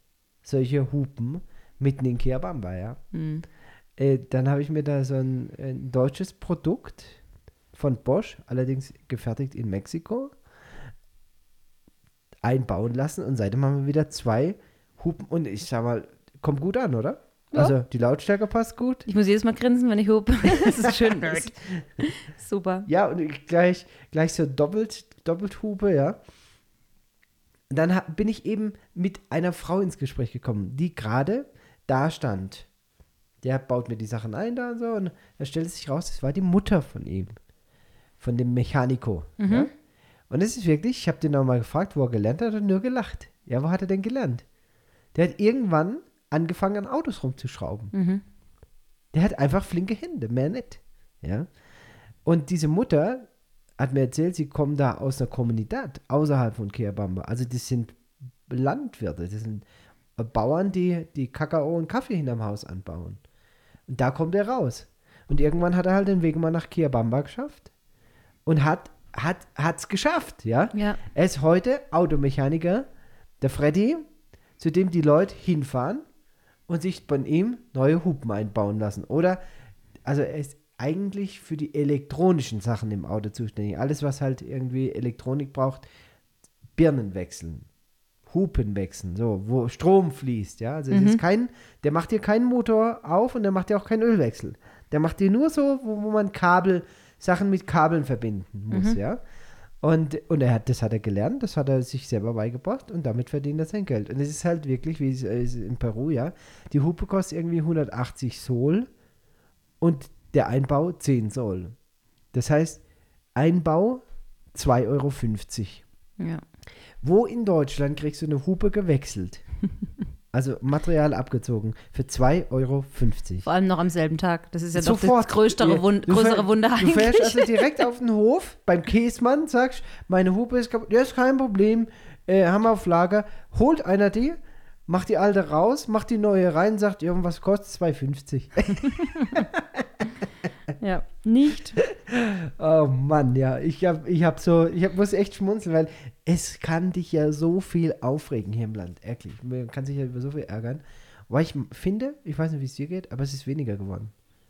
solche Hupen mitten in Quillabamba, ja. Hm. Äh, dann habe ich mir da so ein, ein deutsches Produkt von Bosch, allerdings gefertigt in Mexiko, einbauen lassen und seitdem haben wir wieder zwei Hupen und ich sag mal, kommt gut an, oder? Ja. Also die Lautstärke passt gut. Ich muss jedes Mal grinsen, wenn ich hupe. Das ist schön. Super. Ja, und gleich, gleich so doppelt, doppelt Hupe, ja. Und dann ha- bin ich eben mit einer Frau ins Gespräch gekommen, die gerade da stand. Der baut mir die Sachen ein da und so und da stellt es sich raus, das war die Mutter von ihm. Von dem Mechaniko. Mhm. Ja? Und es ist wirklich, ich habe den nochmal gefragt, wo er gelernt hat und nur gelacht. Ja, wo hat er denn gelernt? Der hat irgendwann angefangen, an Autos rumzuschrauben. Mhm. Der hat einfach flinke Hände, mehr nicht. Ja? Und diese Mutter hat mir erzählt, sie kommen da aus einer Kommunität außerhalb von Quillabamba. Also das sind Landwirte, das sind Bauern, die, die Kakao und Kaffee hinterm Haus anbauen. Und da kommt er raus. Und irgendwann hat er halt den Weg mal nach Quillabamba geschafft und hat hat hat's geschafft, ja? Ja. Er ist heute Automechaniker, der Freddy, zu dem die Leute hinfahren und sich von ihm neue Hupen einbauen lassen. Oder, also er ist eigentlich für die elektronischen Sachen im Auto zuständig. Alles, was halt irgendwie Elektronik braucht, Birnen wechseln, Hupen wechseln, so, wo Strom fließt, ja. Also Mhm. es ist kein, der macht dir keinen Motor auf und der macht dir auch keinen Ölwechsel. Der macht dir nur so, wo, wo man Kabel, Sachen mit Kabeln verbinden muss, Mhm. ja. Und, und er hat, das hat er gelernt, das hat er sich selber beigebracht und damit verdient er sein Geld. Und es ist halt wirklich, wie es ist in Peru, ja, die Hupe kostet irgendwie hundertachtzig Sol und der Einbau zehn Sol. Das heißt, Einbau zwei Euro fünfzig. Ja. Wo in Deutschland kriegst du eine Hupe gewechselt? Also Material abgezogen für zwei Euro fünfzig. Vor allem noch am selben Tag. Das ist ja doch Sofort. das größere, Ja, Wund du größere fähr- Wunder Du eigentlich. fährst also direkt auf den Hof beim Käsmann, sagst, meine Hupe ist kaputt. Ja, ist kein Problem, äh, haben wir auf Lager. Holt einer die, macht die alte raus, macht die neue rein, sagt, irgendwas kostet zwei Euro fünfzig. Ja, nicht. Oh Mann, ja, ich hab, ich hab so, ich hab, muss echt schmunzeln, weil es kann dich ja so viel aufregen hier im Land, ehrlich. Man kann sich ja über so viel ärgern. Weil ich m- finde, ich weiß nicht, wie es dir geht, aber es ist weniger geworden.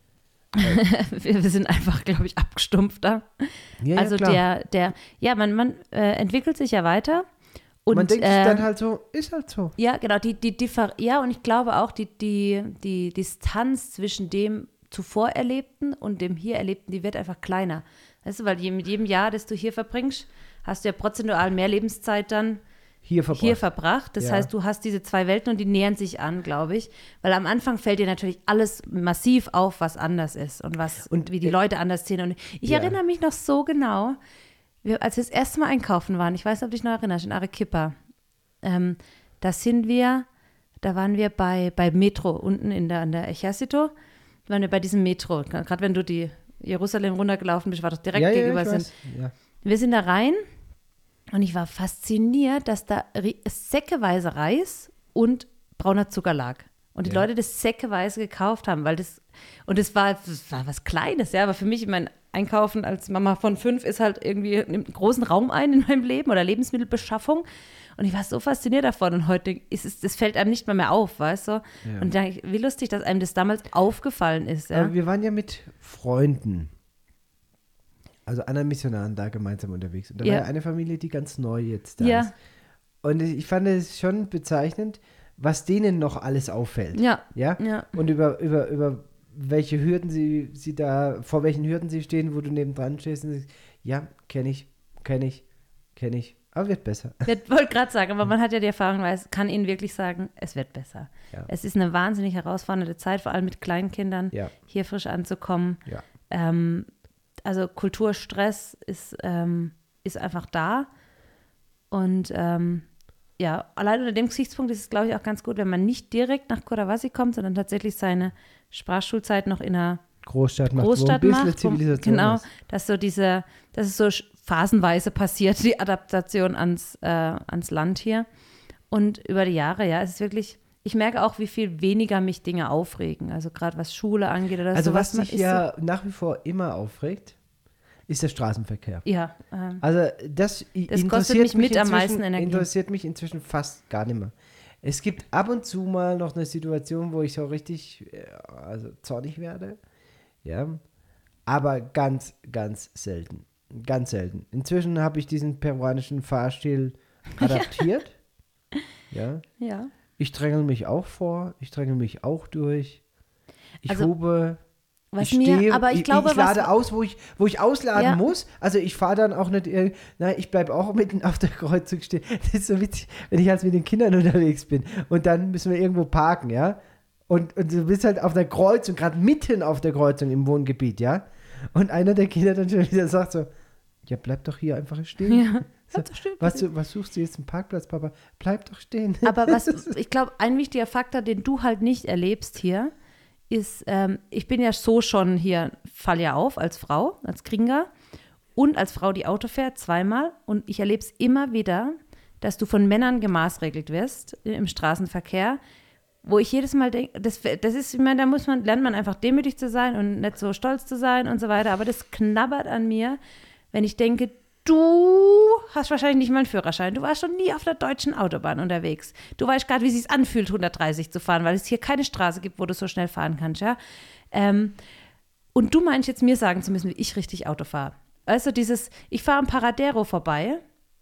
Wir, wir sind einfach, glaube ich, abgestumpfter. Ja, also ja, klar. der, der, ja, man, man äh, entwickelt sich ja weiter. Und, Man denkt sich äh, dann halt so, ist halt so. ja, genau, die, die Differ ja, und ich glaube auch, die, die, die Distanz zwischen dem zuvor Erlebten und dem hier Erlebten, die wird einfach kleiner. Weißt du, weil je, mit jedem Jahr, das du hier verbringst, hast du ja prozentual mehr Lebenszeit dann Hier verbracht. hier verbracht. Das Ja. heißt, du hast diese zwei Welten und die nähern sich an, glaube ich. Weil am Anfang fällt dir natürlich alles massiv auf, was anders ist und was Und, und wie die äh, Leute anders sehen. Und ich ja. erinnere mich noch so genau, wir, als wir das erste Mal einkaufen waren, ich weiß nicht, ob du dich noch erinnerst, in Arequipa, ähm, da sind wir, da waren wir bei, bei Metro unten in der, an der Ejército, waren wir bei diesem Metro. Gerade wenn du die Jerusalem runtergelaufen bist, war doch direkt ja, ja, gegenüber ich sind. weiß. Ja. Wir sind da rein und ich war fasziniert, dass da ri- säckeweise Reis und brauner Zucker lag. Und die Ja. Leute das säckeweise gekauft haben, weil das, und das war, das war was Kleines, ja, aber für mich, mein Einkaufen als Mama von fünf ist halt irgendwie, nimmt einen großen Raum ein in meinem Leben oder Lebensmittelbeschaffung. Und ich war so fasziniert davon und heute ist es, das fällt einem nicht mal mehr auf, weißt du? Ja. Und da, wie lustig, dass einem das damals aufgefallen ist, ja. Aber wir waren ja mit Freunden, also anderen Missionaren da gemeinsam unterwegs. Und da Ja. war ja eine Familie, die ganz neu jetzt da Ja. ist. Und ich fand es schon bezeichnend, was denen noch alles auffällt. Ja, Ja? ja. Und über, über, über welche Hürden sie, sie da, vor welchen Hürden sie stehen, wo du nebendran stehst und sagst, ja, kenne ich, kenne ich, kenne ich, aber wird besser. Ich wollte gerade sagen, aber man hat ja die Erfahrung, weiß, kann Ihnen wirklich sagen, es wird besser. Ja. Es ist eine wahnsinnig herausfordernde Zeit, vor allem mit kleinen Kindern, Ja. hier frisch anzukommen. Ja. Ähm, also Kulturstress ist, ähm, ist einfach da. Und ähm, ja, allein unter dem Gesichtspunkt ist es, glaube ich, auch ganz gut, wenn man nicht direkt nach Cotahuasi kommt, sondern tatsächlich seine Sprachschulzeit noch in einer Großstadt macht, Großstadt wo ein bisschen macht. Wo, Zivilisation genau, ist. dass so diese, dass es so sch- phasenweise passiert, die Adaptation ans, äh, ans Land hier. Und über die Jahre, ja, es ist wirklich, ich merke auch, wie viel weniger mich Dinge aufregen. Also gerade was Schule angeht oder Also so. was man mich ist ja nach wie vor immer aufregt, ist der Straßenverkehr. So, ja, ähm, Also das, i- Das kostet interessiert mich mit am inzwischen- meisten Energie. interessiert mich inzwischen fast gar nicht mehr. Es gibt ab und zu mal noch eine Situation, wo ich so richtig äh, also zornig werde. Ja. Aber ganz, ganz selten. Ganz selten. Inzwischen habe ich diesen peruanischen Fahrstil adaptiert. Ja. ja. Ich dränge mich auch vor, ich dränge mich auch durch. Ich Also, hube, Was ich mir, stehe, aber ich, ich, glaube, ich lade was, aus, wo ich, wo ich ausladen Ja. muss. Also ich fahre dann auch nicht, irg- nein, ich bleibe auch mitten auf der Kreuzung stehen. Das ist so witzig, wenn ich halt mit den Kindern unterwegs bin und dann müssen wir irgendwo parken, ja. Und, und du bist halt auf der Kreuzung, gerade mitten auf der Kreuzung im Wohngebiet, ja. Und einer der Kinder dann schon wieder sagt so, ja, bleib doch hier einfach stehen. Ja, So, das stimmt. was, du, was suchst du jetzt einen Parkplatz, Papa? Bleib doch stehen. Aber was, ich glaube, ein wichtiger Faktor, den du halt nicht erlebst hier, ist, ähm, ich bin ja so schon hier, fall ja auf als Frau, als Kringer und als Frau, die Auto fährt, zweimal. Und ich erlebe es immer wieder, dass du von Männern gemaßregelt wirst im Straßenverkehr, wo ich jedes Mal denke, das, das ist, ich meine, da muss man, lernt man einfach demütig zu sein und nicht so stolz zu sein und so weiter. Aber das knabbert an mir, wenn ich denke, du hast wahrscheinlich nicht mal einen Führerschein. Du warst schon nie auf der deutschen Autobahn unterwegs. Du weißt gerade, wie es sich anfühlt, hundertdreißig zu fahren, weil es hier keine Straße gibt, wo du so schnell fahren kannst, ja. Ähm, und du meinst jetzt, mir sagen zu müssen, wie ich richtig Auto fahre. Also dieses, ich fahre am Paradero vorbei,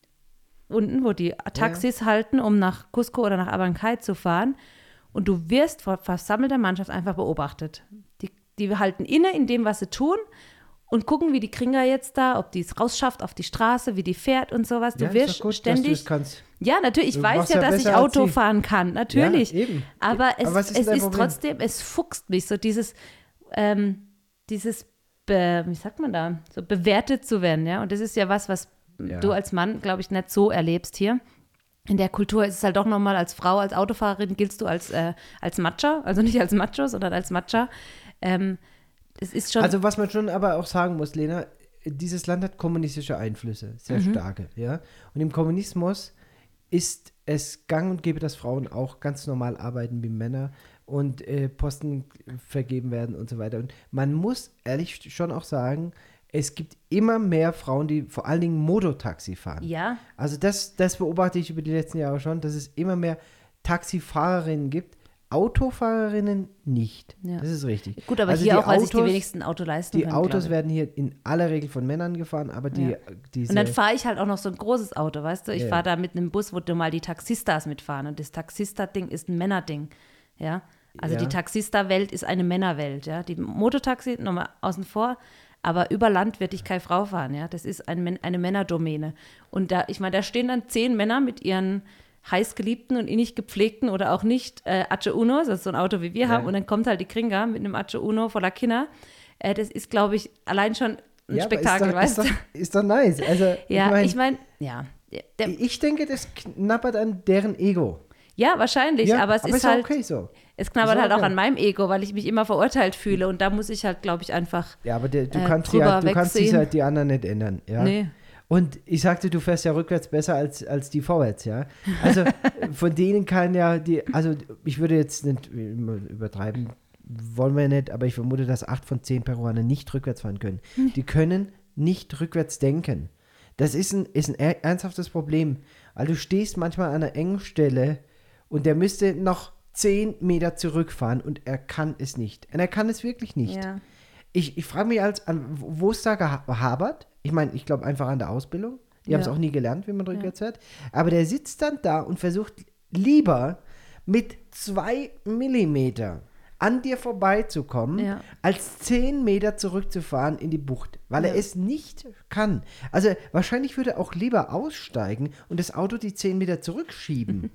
unten, wo die Taxis ja. halten, um nach Cusco oder nach Abancay zu fahren. Und du wirst vor versammelter Mannschaft einfach beobachtet. Die, die halten inne in dem, was sie tun und gucken, wie die Kringer jetzt da, ob die es rausschafft auf die Straße, wie die fährt und sowas. Du ja, wirst ist doch gut, ständig. dass du das kannst. Ja, natürlich. Ich Du weiß machst ja, ja dass ich besser als Auto sie. fahren kann. Natürlich. Ja, eben. Aber es, Aber was ist es dein ist Problem? trotzdem, es fuchst mich so dieses, ähm, dieses, be, wie sagt man da, so bewertet zu werden, ja. Und das ist ja was, was Ja. du als Mann, glaube ich, nicht so erlebst hier. In der Kultur ist es halt doch nochmal, als Frau, als Autofahrerin giltst du als, äh, als Macho, also nicht als Macho, sondern als Macha. Ähm, es ist schon. Also was man schon aber auch sagen muss, Lena, dieses Land hat kommunistische Einflüsse, sehr Mhm. starke, ja. Und im Kommunismus ist es gang und gäbe, dass Frauen auch ganz normal arbeiten wie Männer und äh, Posten vergeben werden und so weiter. Und man muss ehrlich schon auch sagen, es gibt immer mehr Frauen, die vor allen Dingen Mototaxi fahren. ja, Also das, das beobachte ich über die letzten Jahre schon, dass es immer mehr Taxifahrerinnen gibt, Autofahrerinnen nicht. Ja. Das ist richtig. gut, aber Also hier die auch, weil sich die Autos- wenigsten Auto leisten Die können. Autos glaube ich. werden hier in aller Regel von Männern gefahren, aber die, Ja. diese... Und dann fahre ich halt auch noch so ein großes Auto, weißt du? Ich Ja, fahre ja. da mit einem Bus, wo du mal die Taxistas mitfahren. Und das Taxista-Ding ist ein Männerding. Ja. Also Ja. die Taxista-Welt ist eine Männerwelt, ja. Die Mototaxi, nochmal außen vor, aber über Land wird dich keine Frau fahren, ja. Das ist ein, eine Männerdomäne. Und da, ich meine, da stehen dann zehn Männer mit ihren heißgeliebten und innig gepflegten oder auch nicht äh, Ace Unos, das ist so ein Auto wie wir Ja. haben, und dann kommt halt die Kringa mit einem Ace Uno voller Kinder. Äh, das ist, glaube ich, allein schon ein ja, aber Spektakel, ist doch, weißt ist du? doch, ist doch nice. Also, Ja, ich ich meine, ja. Der, mein, ich denke, das knabbert an deren Ego. ja, wahrscheinlich, Ja, aber es ist ja halt, okay so. es knabbert Ist halt auch okay. an meinem Ego, weil ich mich immer verurteilt fühle und da muss ich halt, glaube ich, einfach, Ja, aber der, du äh, kannst drüber ja, du kannst wegsehen. dich halt die anderen nicht ändern. Ja? nee. Und ich sagte, du fährst ja rückwärts besser als, als die vorwärts, ja. Also von denen kann ja die, also ich würde jetzt nicht übertreiben, wollen wir nicht, aber ich vermute, dass acht von zehn Peruaner nicht rückwärts fahren können. Die können nicht rückwärts denken. Das ist ein, ist ein er- ernsthaftes Problem, weil du stehst manchmal an einer engen Stelle und der müsste noch zehn Meter zurückfahren und er kann es nicht. Und er kann es wirklich nicht. Ja. Ich, ich frage mich, als, an, wo es da gehabert? Ich meine, ich glaube einfach an der Ausbildung. Die Ja. haben es auch nie gelernt, wie man rückwärts fährt. Aber der sitzt dann da und versucht lieber mit zwei Millimeter an dir vorbeizukommen, Ja. als zehn Meter zurückzufahren in die Bucht, weil er Ja. es nicht kann. Also wahrscheinlich würde er auch lieber aussteigen und das Auto die zehn Meter zurückschieben.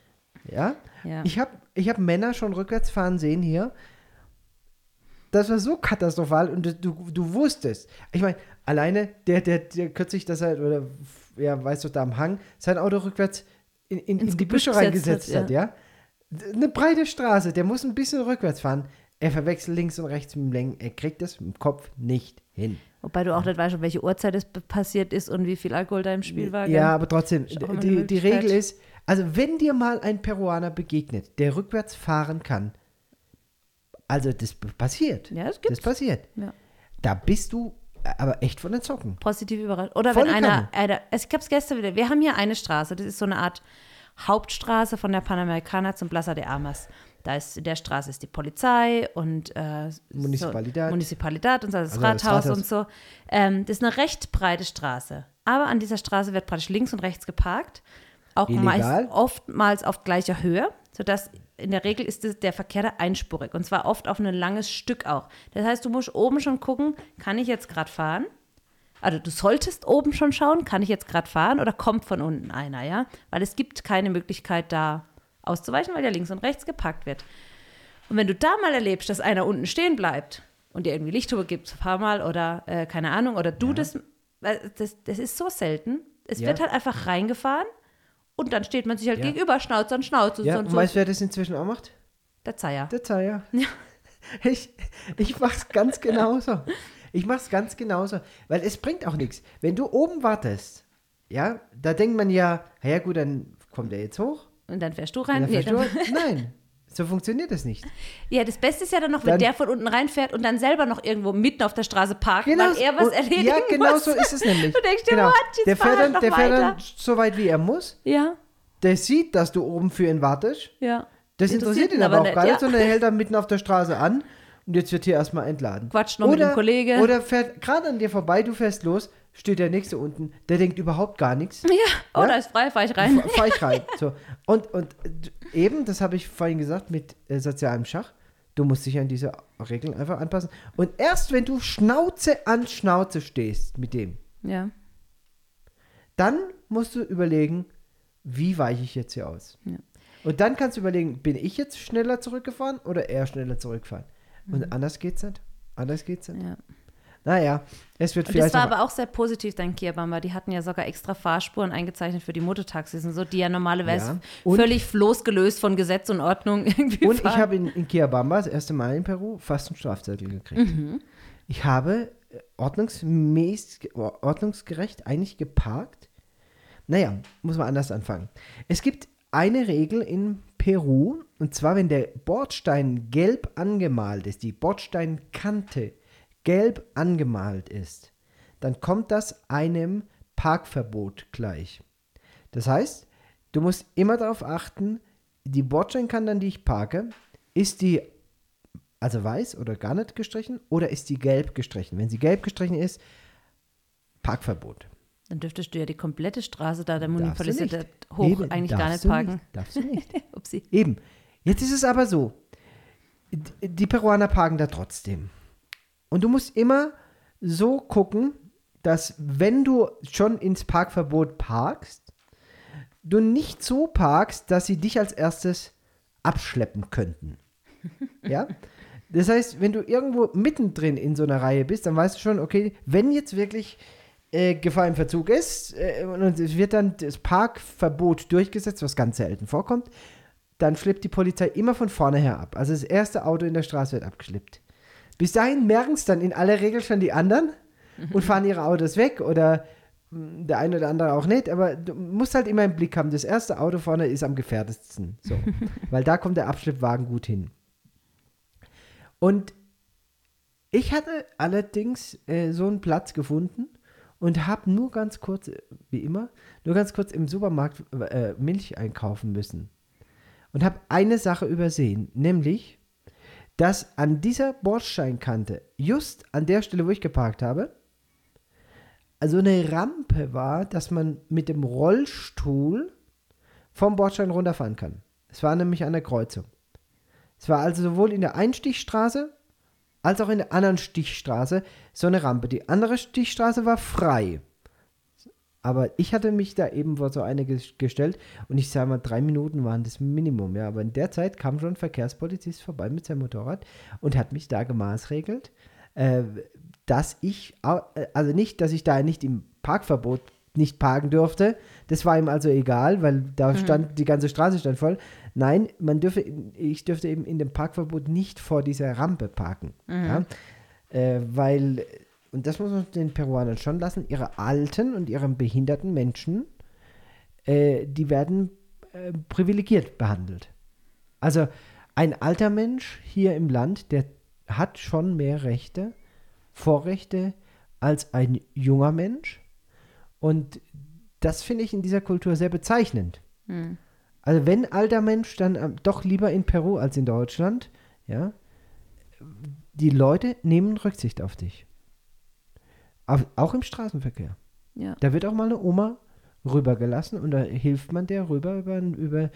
ja? Ja. Ich habe ich hab Männer schon rückwärts fahren sehen hier. Das war so katastrophal und du, du, du wusstest. Ich meine, alleine der, der, der kürzlich, dass er, oder ja, weißt du, da am Hang, sein Auto rückwärts in, in, Ins in die Gebüsch Büsche reingesetzt gesetzt hat, ja. Eine breite Straße, der muss ein bisschen rückwärts fahren. Er verwechselt links und rechts mit dem Lenken. Er kriegt das im Kopf nicht hin. Wobei du auch nicht weißt, um welche Uhrzeit es b- passiert ist und wie viel Alkohol da im Spiel war. gell? Ja, aber trotzdem, Ist auch immer eine die, die Möglichkeit. Regel ist, also wenn dir mal ein Peruaner begegnet, der rückwärts fahren kann, also das p- passiert. Ja, das Das gibt's. passiert. Ja. Da bist du aber echt von den Socken. Positiv überrascht. Oder Volle wenn einer, Kanne. einer also ich habe es gestern wieder, wir haben hier eine Straße, das ist so eine Art Hauptstraße von der Panamericana zum Plaza de Armas. Da ist, in der Straße ist die Polizei und äh, Municipalidad. So, Municipalidad und so, das Also das Rathaus, Rathaus. und so. Ähm, das ist eine recht breite Straße. Aber an dieser Straße wird praktisch links und rechts geparkt. Auch Illegal? meist, oftmals auf gleicher Höhe. sodass in der Regel ist das, der Verkehr da einspurig und zwar oft auf ein langes Stück auch. Das heißt, du musst oben schon gucken, kann ich jetzt gerade fahren? Also du solltest oben schon schauen, kann ich jetzt gerade fahren oder kommt von unten einer, ja? Weil es gibt keine Möglichkeit da auszuweichen, weil ja links und rechts geparkt wird. Und wenn du da mal erlebst, dass einer unten stehen bleibt und dir irgendwie Lichthupe gibt, ein paar Mal oder äh, keine Ahnung, oder du Ja. das, weil das, das ist so selten. Es Ja. wird halt einfach reingefahren und dann steht man sich halt Ja. gegenüber, Schnauze an Schnauze. Ja, so, und so. weißt du, wer das inzwischen auch macht? Der Zeier. Der Zeier. Ja. Ich, ich mach's ganz genauso. Ich mach's ganz genauso. Weil es bringt auch nichts. Wenn du oben wartest, ja, da denkt man ja, ja gut, dann kommt er jetzt hoch. Und dann fährst du Und rein. dann Nee, fährst dann, du, nein, so funktioniert das nicht. ja, das Beste ist ja dann noch, wenn Dann- der von unten reinfährt und dann selber noch irgendwo mitten auf der Straße parkt, weil so- er was und- erledigen Ja, genau muss. so ist es nämlich. Du denkst dir, genau. what, jetzt der fahr fährt halt dann, noch der fährt dann weiter. so weit, wie er muss. Ja, Der sieht, dass du oben für ihn wartest. ja. Das interessiert ihn aber auch nicht, gar nicht, ja. sondern er hält dann mitten auf der Straße an und jetzt wird hier erstmal entladen. Quatscht noch mit dem Kollege. Oder fährt gerade an dir vorbei, du fährst los, steht der Nächste unten, der denkt überhaupt gar nichts. Ja, oh, Ja? da ist frei, fahr ich rein. Fahr ich rein. So. Und, und äh, eben, das habe ich vorhin gesagt, mit äh, sozialem Schach, du musst dich an diese Regeln einfach anpassen. Und erst wenn du Schnauze an Schnauze stehst mit dem, Ja, dann musst du überlegen, wie weiche ich jetzt hier aus? Ja. Und dann kannst du überlegen, bin ich jetzt schneller zurückgefahren oder er schneller zurückfahren? Mhm. Und anders geht's nicht. Anders geht's nicht. ja. Naja, es wird Und vielleicht das war noch- aber auch sehr positiv, dein Kia Bamba. Die hatten ja sogar extra Fahrspuren eingezeichnet für die Mototaxis und so, die ja normalerweise Ja. Und- völlig losgelöst von Gesetz und Ordnung irgendwie Und ich fahren. habe in, in Quillabamba das erste Mal in Peru fast einen Strafzettel gekriegt. Mhm. Ich habe äh, ordnungsmäßig, ordnungsgerecht eigentlich geparkt. Naja, muss man anders anfangen. Es gibt eine Regel in Peru, und zwar, wenn der Bordstein gelb angemalt ist, die Bordsteinkante gelb angemalt ist, dann kommt das einem Parkverbot gleich. Das heißt, du musst immer darauf achten, die Bordsteinkante, an die ich parke, ist die also weiß oder gar nicht gestrichen oder ist die gelb gestrichen? Wenn sie gelb gestrichen ist, Parkverbot. Dann dürftest du ja die komplette Straße da der Darfst du Municipalität nicht. hoch Eben, eigentlich gar darfst nicht du parken. Nicht, darfst du nicht. Upsi. Eben. Jetzt ist es aber so, d- die Peruaner parken da trotzdem. Und du musst immer so gucken, dass wenn du schon ins Parkverbot parkst, du nicht so parkst, dass sie dich als erstes abschleppen könnten. Ja? Das heißt, wenn du irgendwo mittendrin in so einer Reihe bist, dann weißt du schon, okay, wenn jetzt wirklich äh, Gefahr im Verzug ist äh, und es wird dann das Parkverbot durchgesetzt, was ganz selten vorkommt, dann schleppt die Polizei immer von vorne her ab. Also das erste Auto in der Straße wird abgeschleppt. Bis dahin merken es dann in aller Regel schon die anderen und fahren ihre Autos weg oder mh, der eine oder andere auch nicht, aber du musst halt immer im Blick haben, das erste Auto vorne ist am gefährdetsten, so, weil da kommt der Abschleppwagen gut hin. Und ich hatte allerdings äh, so einen Platz gefunden und habe nur ganz kurz, äh, wie immer, nur ganz kurz im Supermarkt äh, Milch einkaufen müssen. Und habe eine Sache übersehen, nämlich, dass an dieser Bordsteinkante, just an der Stelle, wo ich geparkt habe, also eine Rampe war, dass man mit dem Rollstuhl vom Bordstein runterfahren kann. Es war nämlich an der Kreuzung. Es war also sowohl in der Einstichstraße als auch in der anderen Stichstraße so eine Rampe. Die andere Stichstraße war frei. Aber ich hatte mich da eben vor so eine ges- gestellt und ich sage mal, drei Minuten waren das Minimum. Ja, aber in der Zeit kam schon ein Verkehrspolizist vorbei mit seinem Motorrad und hat mich da gemaßregelt, äh, dass ich, au- äh, also nicht, dass ich da nicht im Parkverbot nicht parken durfte. Das war ihm also egal, weil da stand, die ganze Straße stand voll. Nein, man dürfe, ich dürfte eben in dem Parkverbot nicht vor dieser Rampe parken. Ja? Äh, weil, und das muss man den Peruanern schon lassen, ihre alten und ihren behinderten Menschen, äh, die werden äh, privilegiert behandelt. Also ein alter Mensch hier im Land, der hat schon mehr Rechte, Vorrechte als ein junger Mensch. Und das finde ich in dieser Kultur sehr bezeichnend. Hm. Also wenn alter Mensch, dann ähm, doch lieber in Peru als in Deutschland, ja. Die Leute nehmen Rücksicht auf dich. Auf, auch im Straßenverkehr. Ja. Da wird auch mal eine Oma rübergelassen und da hilft man der rüber über, über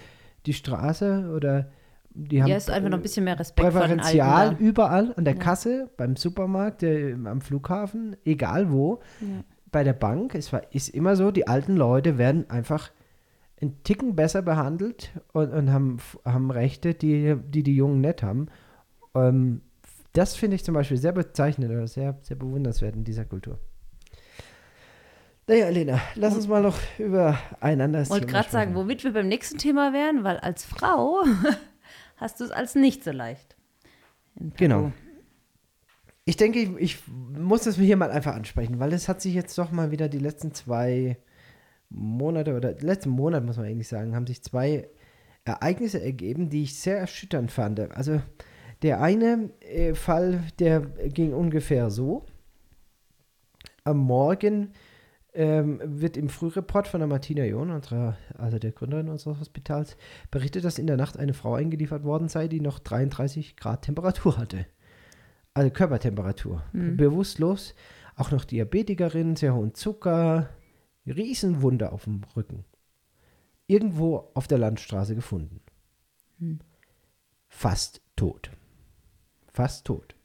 die Straße oder die haben Ja, ist einfach noch ein bisschen mehr Respekt vor den Präferenzial Alten da. überall, an der Ja. Kasse, beim Supermarkt, äh, am Flughafen, egal wo, Ja. bei der Bank. Es war, ist immer so, die alten Leute werden einfach einen Ticken besser behandelt und, und haben, haben Rechte, die, die die Jungen nicht haben. Ähm, das finde ich zum Beispiel sehr bezeichnend oder sehr, sehr bewundernswert in dieser Kultur. Naja, Lena, lass uns mal noch über ein anderes Ich wollte Thema gerade sagen, sprechen. womit wir beim nächsten Thema wären, weil als Frau hast du es als nicht so leicht. in Peru. Genau. Ich denke, ich, ich muss das hier mal einfach ansprechen, weil es hat sich jetzt doch mal wieder die letzten zwei Monate oder letzten Monat, muss man eigentlich sagen, haben sich zwei Ereignisse ergeben, die ich sehr erschütternd fand. Also der eine äh, Fall, der ging ungefähr so. Am Morgen ähm, wird im Frühreport von der Martina John, unserer, also der Gründerin unseres Hospitals, berichtet, dass in der Nacht eine Frau eingeliefert worden sei, die noch dreiunddreißig Grad Temperatur hatte. Also Körpertemperatur. Mhm. Bewusstlos. Auch noch Diabetikerin, sehr hohen Zucker. Riesenwunde auf dem Rücken. Irgendwo auf der Landstraße gefunden. Mhm. Fast tot. Fast tot.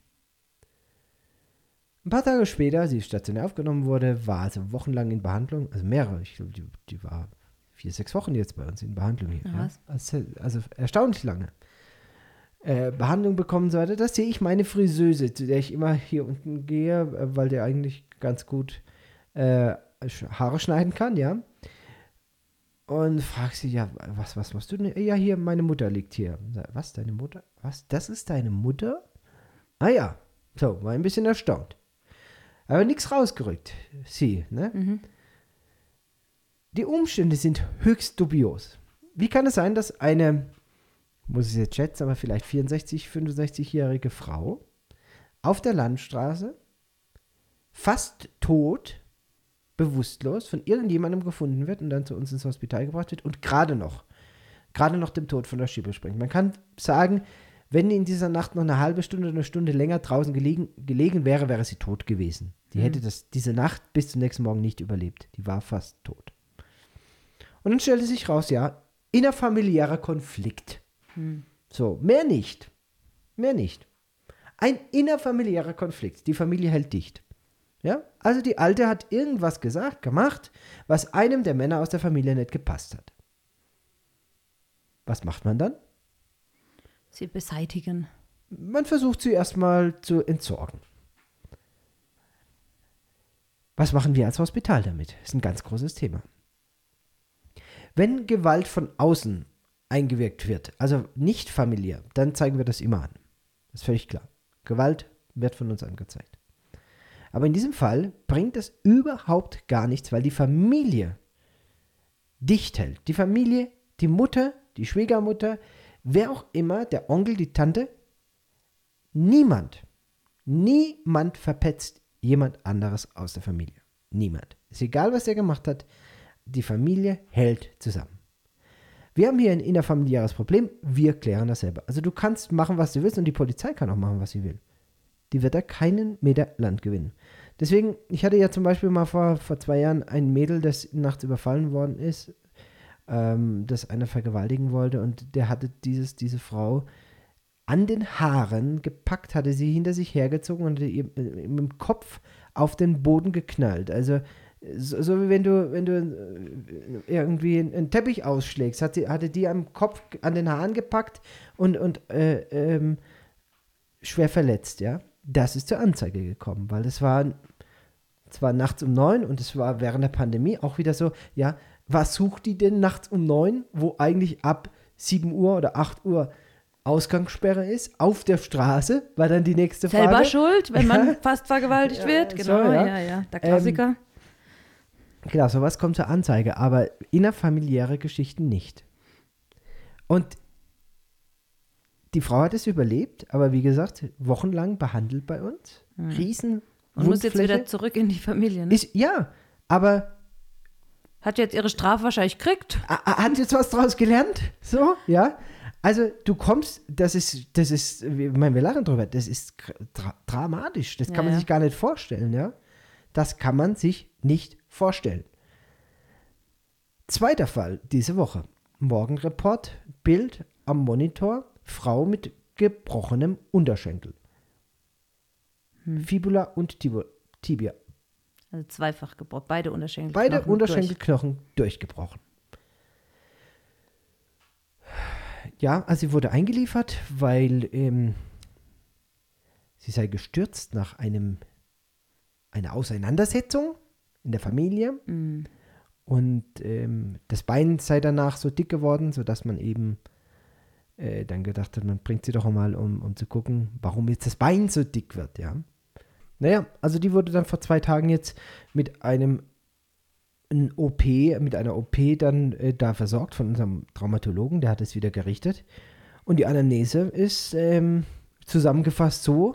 Ein paar Tage später, sie stationär aufgenommen wurde, war sie wochenlang in Behandlung. Also mehrere. Ich glaube, die, die war vier, sechs Wochen jetzt bei uns in Behandlung hier. Ach, Ja? was? Also, also erstaunlich lange. Äh, Behandlung bekommen sollte. Das sehe ich meine Friseuse, zu der ich immer hier unten gehe, äh, weil der eigentlich ganz gut äh, Haare schneiden kann, ja. Und fragt sie, ja, was, was machst du denn? Ja, hier, meine Mutter liegt hier. Was, deine Mutter? Was, das ist deine Mutter? Ah ja, so, war ein bisschen erstaunt. Aber nichts rausgerückt, sie, ne? Mhm. Die Umstände sind höchst dubios. Wie kann es sein, dass eine, muss ich jetzt schätzen, aber vielleicht vierundsechzig, fünfundsechzigjährige Frau auf der Landstraße, fast tot, bewusstlos, von irgendjemandem gefunden wird und dann zu uns ins Hospital gebracht wird und gerade noch, gerade noch dem Tod von der Schippe springt. Man kann sagen, wenn die in dieser Nacht noch eine halbe Stunde, eine Stunde länger draußen gelegen, gelegen wäre, wäre sie tot gewesen. Die Mhm. hätte das, diese Nacht bis zum nächsten Morgen nicht überlebt. Die war fast tot. Und dann stellte sich raus, ja, innerfamiliärer Konflikt. Mhm. So, mehr nicht. Mehr nicht. Ein innerfamiliärer Konflikt. Die Familie hält dicht. Ja? Also die Alte hat irgendwas gesagt, gemacht, was einem der Männer aus der Familie nicht gepasst hat. Was macht man dann? Sie beseitigen. Man versucht sie erstmal zu entsorgen. Was machen wir als Hospital damit? Das ist ein ganz großes Thema. Wenn Gewalt von außen eingewirkt wird, also nicht familiär, dann zeigen wir das immer an. Das ist völlig klar. Gewalt wird von uns angezeigt. Aber in diesem Fall bringt es überhaupt gar nichts, weil die Familie dicht hält. Die Familie, die Mutter, die Schwiegermutter, wer auch immer, der Onkel, die Tante, niemand, niemand verpetzt jemand anderes aus der Familie. Niemand. Ist egal, was er gemacht hat, die Familie hält zusammen. Wir haben hier ein innerfamiliäres Problem, wir klären das selber. Also du kannst machen, was du willst und die Polizei kann auch machen, was sie will. Die wird da keinen Meter Land gewinnen. Deswegen, ich hatte ja zum Beispiel mal vor, vor zwei Jahren ein Mädel, das nachts überfallen worden ist, ähm, das einer vergewaltigen wollte und der hatte dieses, diese Frau an den Haaren gepackt, hatte sie hinter sich hergezogen und ihr mit dem Kopf auf den Boden geknallt. Also so, so wie wenn du, wenn du irgendwie einen Teppich ausschlägst, hat sie, hatte die am Kopf an den Haaren gepackt und, und äh, ähm, schwer verletzt, ja. Das ist zur Anzeige gekommen, weil das war, es war nachts um neun und es war während der Pandemie auch wieder so, ja, was sucht die denn nachts um neun, wo eigentlich ab sieben Uhr oder acht Uhr Ausgangssperre ist, auf der Straße, war dann die nächste Frage. Selber schuld, wenn man Ja. fast vergewaltigt Ja, wird. so, Genau, ja. ja, ja, der Klassiker. Genau, sowas kommt zur Anzeige, aber innerfamiliäre Geschichten nicht. Und die Frau hat es überlebt, aber wie gesagt, wochenlang behandelt bei uns. Mhm. Riesen Und muss jetzt Wundfläche. wieder zurück in die Familie. Ne? Ist, ja, aber Hat jetzt ihre Strafe wahrscheinlich gekriegt. a- a- hat jetzt was draus gelernt? So, ja. Also du kommst, das ist, das ist, ich meine, wir lachen drüber, das ist dra- dramatisch. Das kann Ja, man ja. sich gar nicht vorstellen, ja. Das kann man sich nicht vorstellen. Zweiter Fall diese Woche. Morgenreport, Bild am Monitor, Frau mit gebrochenem Unterschenkel. Hm. Fibula und Tibu- Tibia. Also zweifach gebrochen, beide Unterschenkel. Beide Unterschenkelknochen durch. durchgebrochen. Ja, also sie wurde eingeliefert, weil ähm, sie sei gestürzt nach einem einer Auseinandersetzung in der Familie. Mm. Und ähm, das Bein sei danach so dick geworden, sodass man eben äh, dann gedacht hat, man bringt sie doch mal, um, um zu gucken, warum jetzt das Bein so dick wird, ja. Naja, also die wurde dann vor zwei Tagen jetzt mit einem ein O P, mit einer O P dann äh, da versorgt von unserem Traumatologen, der hat es wieder gerichtet. Und die Anamnese ist ähm, zusammengefasst so: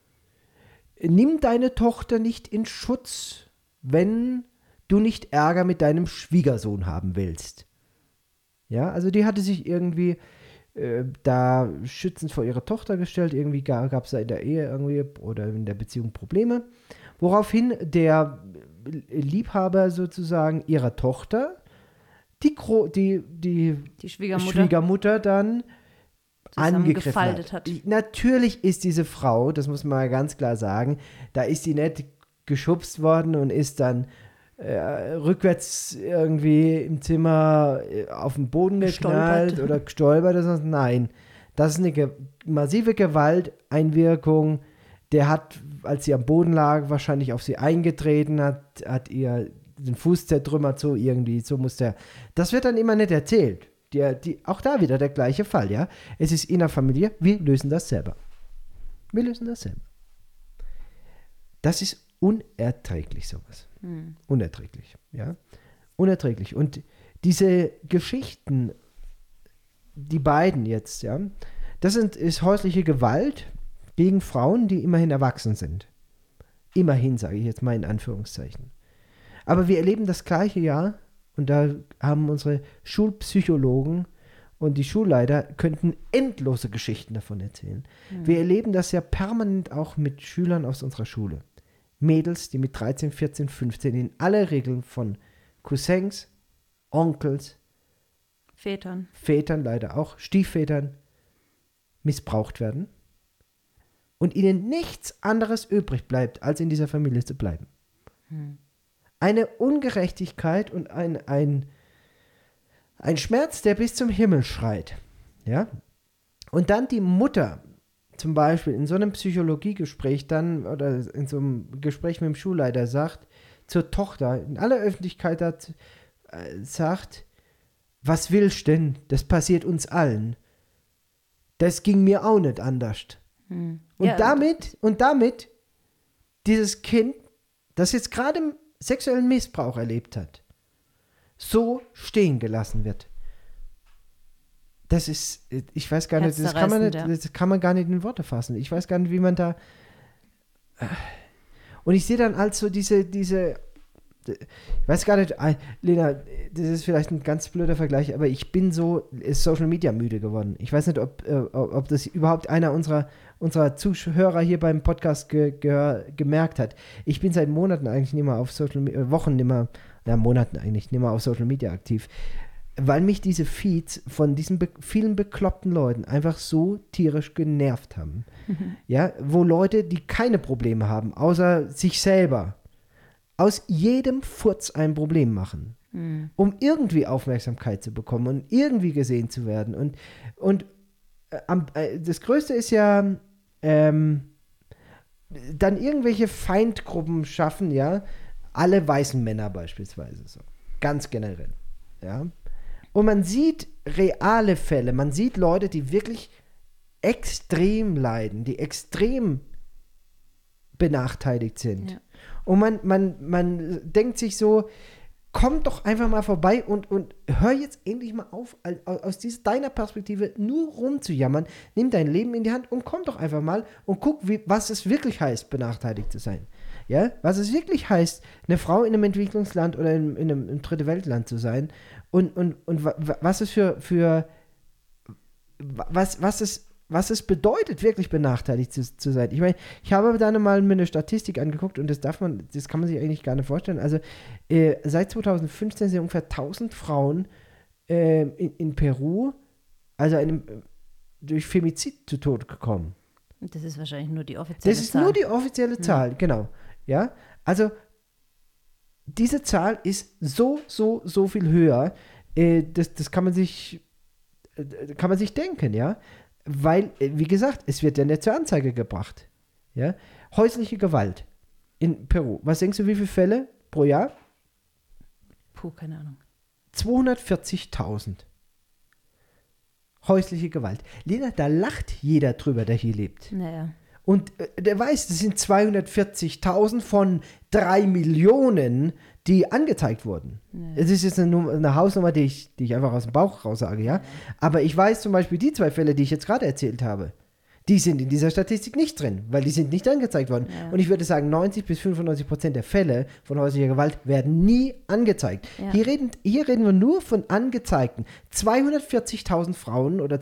Nimm deine Tochter nicht in Schutz, wenn du nicht Ärger mit deinem Schwiegersohn haben willst. Ja, also die hatte sich irgendwie äh, da schützend vor ihre Tochter gestellt. Irgendwie gab es da in der Ehe irgendwie oder in der Beziehung Probleme. Woraufhin der Liebhaber sozusagen ihrer Tochter die, Gro- die, die, Die Schwiegermutter, Schwiegermutter dann angegriffen hat. hat. Natürlich ist diese Frau, das muss man mal ganz klar sagen, da ist sie nicht geschubst worden und ist dann äh, rückwärts irgendwie im Zimmer äh, auf den Boden geknallt Gestolpert. oder gestolpert oder so. Nein, das ist eine ge- massive Gewalteinwirkung. Der hat, als sie am Boden lag, wahrscheinlich auf sie eingetreten, hat, hat ihr den Fuß zertrümmert, so irgendwie, so muss der. Das wird dann immer nicht erzählt. Die, die, auch da wieder der gleiche Fall, ja. Es ist innerfamiliär, wir lösen das selber. Wir lösen das selber. Das ist unerträglich, sowas. Hm. Unerträglich, ja. Unerträglich. Und diese Geschichten, die beiden jetzt, ja, das sind, ist häusliche Gewalt gegen Frauen, die immerhin erwachsen sind. Immerhin, sage ich jetzt mal in Anführungszeichen. Aber wir erleben das gleiche Jahr, und da haben unsere Schulpsychologen und die Schulleiter könnten endlose Geschichten davon erzählen. Mhm. Wir erleben das ja permanent auch mit Schülern aus unserer Schule. Mädels, die mit dreizehn, vierzehn, fünfzehn in alle Regeln von Cousins, Onkels, Vätern, Vätern leider auch, Stiefvätern missbraucht werden und ihnen nichts anderes übrig bleibt, als in dieser Familie zu bleiben. Hm. Eine Ungerechtigkeit und ein, ein, ein Schmerz, der bis zum Himmel schreit. Ja? Und dann die Mutter, zum Beispiel in so einem Psychologiegespräch dann oder in so einem Gespräch mit dem Schulleiter sagt, zur Tochter, in aller Öffentlichkeit hat, äh, sagt, was willst denn? Das passiert uns allen. Das ging mir auch nicht anders. Hm. Und Ja, damit, und damit, dieses Kind, das jetzt gerade im sexuellen Missbrauch erlebt hat, so stehen gelassen wird. Das ist, ich weiß gar nicht, das kann man nicht, das kann man gar nicht in Worte fassen. Ich weiß gar nicht, wie man da. Und ich sehe dann also diese, diese, ich weiß gar nicht, Lena, das ist vielleicht ein ganz blöder Vergleich, aber ich bin so Social Media müde geworden. Ich weiß nicht, ob, ob das überhaupt einer unserer, unserer Zuhörer hier beim Podcast ge, ge, gemerkt hat. Ich bin seit Monaten eigentlich nicht mehr auf Social Media, Wochen nicht mehr, na Monaten eigentlich nicht mehr auf Social Media aktiv, weil mich diese Feeds von diesen be- vielen bekloppten Leuten einfach so tierisch genervt haben. Mhm. Ja, wo Leute, die keine Probleme haben, außer sich selber, aus jedem Furz ein Problem machen, mhm. um irgendwie Aufmerksamkeit zu bekommen und irgendwie gesehen zu werden. Und, und äh, äh, das Größte ist ja, ähm, dann irgendwelche Feindgruppen schaffen, ja, alle weißen Männer beispielsweise, so, ganz generell, ja. Und man sieht reale Fälle, man sieht Leute, die wirklich extrem leiden, die extrem benachteiligt sind. Ja. Und man, man, man denkt sich so, komm doch einfach mal vorbei und, und hör jetzt endlich mal auf, aus dieser, deiner Perspektive nur rumzujammern. Nimm dein Leben in die Hand und komm doch einfach mal und guck, wie, was es wirklich heißt, benachteiligt zu sein. Ja? Was es wirklich heißt, eine Frau in einem Entwicklungsland oder in, in einem, einem Dritte Weltland zu sein und, und, und was es für, für was, was es was es bedeutet, wirklich benachteiligt zu, zu sein. Ich meine, ich habe da mal mir eine Statistik angeguckt und das darf man, das kann man sich eigentlich gar nicht vorstellen. Also äh, seit zwanzig fünfzehn sind ungefähr tausend Frauen äh, in, in Peru, also einem, durch Femizid zu Tode gekommen. Das ist wahrscheinlich nur die offizielle Zahl. Das ist Zahl. nur die offizielle Zahl, ja. Genau. Ja, also diese Zahl ist so, so, so viel höher, äh, das, das kann man sich, äh, kann man sich denken, ja, weil, äh, wie gesagt, es wird ja nicht zur Anzeige gebracht, ja, häusliche Gewalt in Peru, was denkst du, wie viele Fälle pro Jahr? Puh, keine Ahnung. zweihundertvierzigtausend. Häusliche Gewalt. Lena, da lacht jeder drüber, der hier lebt. Naja. Und äh, der weiß, das sind zweihundertvierzigtausend von drei Millionen, die angezeigt wurden. Es ist jetzt eine, eine Hausnummer, die ich, die ich einfach aus dem Bauch raus sage, ja. Aber ich weiß zum Beispiel, die zwei Fälle, die ich jetzt gerade erzählt habe, die sind in dieser Statistik nicht drin, weil die sind nicht angezeigt worden. Ja. Und ich würde sagen, neunzig bis fünfundneunzig Prozent der Fälle von häuslicher Gewalt werden nie angezeigt. Ja. Hier, reden, hier reden wir nur von angezeigten. zweihundertvierzigtausend Frauen oder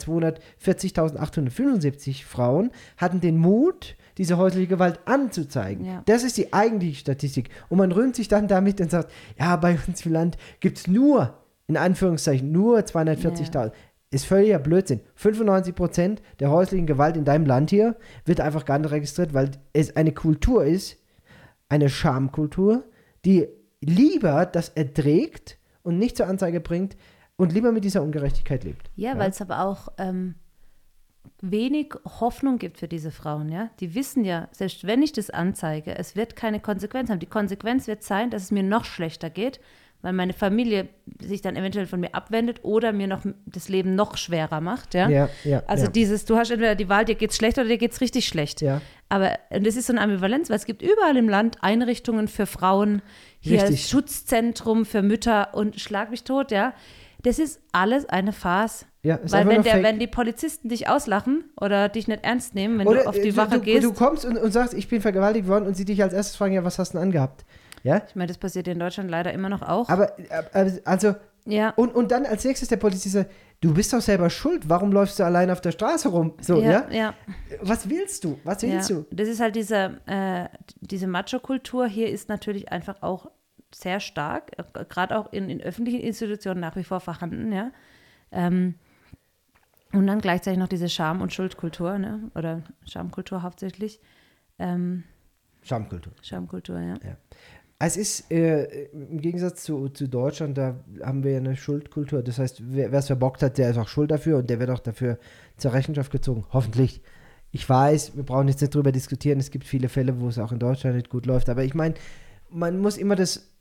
zweihundertvierzigtausendachthundertfünfundsiebzig Frauen hatten den Mut, diese häusliche Gewalt anzuzeigen. Ja. Das ist die eigentliche Statistik. Und man rühmt sich dann damit und sagt, ja, bei uns im Land gibt es nur, in Anführungszeichen, nur zweihundertvierzigtausend. Ja. Ist völliger Blödsinn. fünfundneunzig Prozent der häuslichen Gewalt in deinem Land hier wird einfach gar nicht registriert, weil es eine Kultur ist, eine Schamkultur, die lieber das erträgt und nicht zur Anzeige bringt und lieber mit dieser Ungerechtigkeit lebt. Ja, ja? Weil es aber auch ähm, wenig Hoffnung gibt für diese Frauen. Ja? Die wissen ja, selbst wenn ich das anzeige, es wird keine Konsequenz haben. Die Konsequenz wird sein, dass es mir noch schlechter geht, weil meine Familie sich dann eventuell von mir abwendet oder mir noch das Leben noch schwerer macht, ja. ja, ja also ja. dieses, du hast entweder die Wahl, dir geht's schlecht oder dir geht's richtig schlecht. Ja. Aber und das ist so eine Ambivalenz, weil es gibt überall im Land Einrichtungen für Frauen, hier richtig. Schutzzentrum für Mütter und schlag mich tot, ja. Das ist alles eine Farce. Ja, ist weil wenn, der, wenn die Polizisten dich auslachen oder dich nicht ernst nehmen, wenn oder du auf die Wache du, gehst. Du kommst und, und sagst, ich bin vergewaltigt worden und sie dich als erstes fragen, ja, was hast du denn angehabt? Ja? Ich meine, das passiert in Deutschland leider immer noch auch. Aber, also, ja. und, und dann als nächstes der Polizist sagt, du bist doch selber schuld, warum läufst du allein auf der Straße rum? So, ja, ja? ja. Was willst du? Was willst ja. du? Das ist halt diese, äh, diese Macho-Kultur hier ist natürlich einfach auch sehr stark, gerade auch in, in öffentlichen Institutionen nach wie vor vorhanden, ja. Ähm, und dann gleichzeitig noch diese Scham- und Schuldkultur, ne? Oder Schamkultur hauptsächlich. Ähm, Schamkultur. Schamkultur, ja. ja. Es ist äh, im Gegensatz zu, zu Deutschland, da haben wir ja eine Schuldkultur. Das heißt, wer es verbockt hat, der ist auch schuld dafür und der wird auch dafür zur Rechenschaft gezogen. Hoffentlich. Ich weiß, wir brauchen jetzt nicht drüber diskutieren. Es gibt viele Fälle, wo es auch in Deutschland nicht gut läuft. Aber ich meine, man muss immer das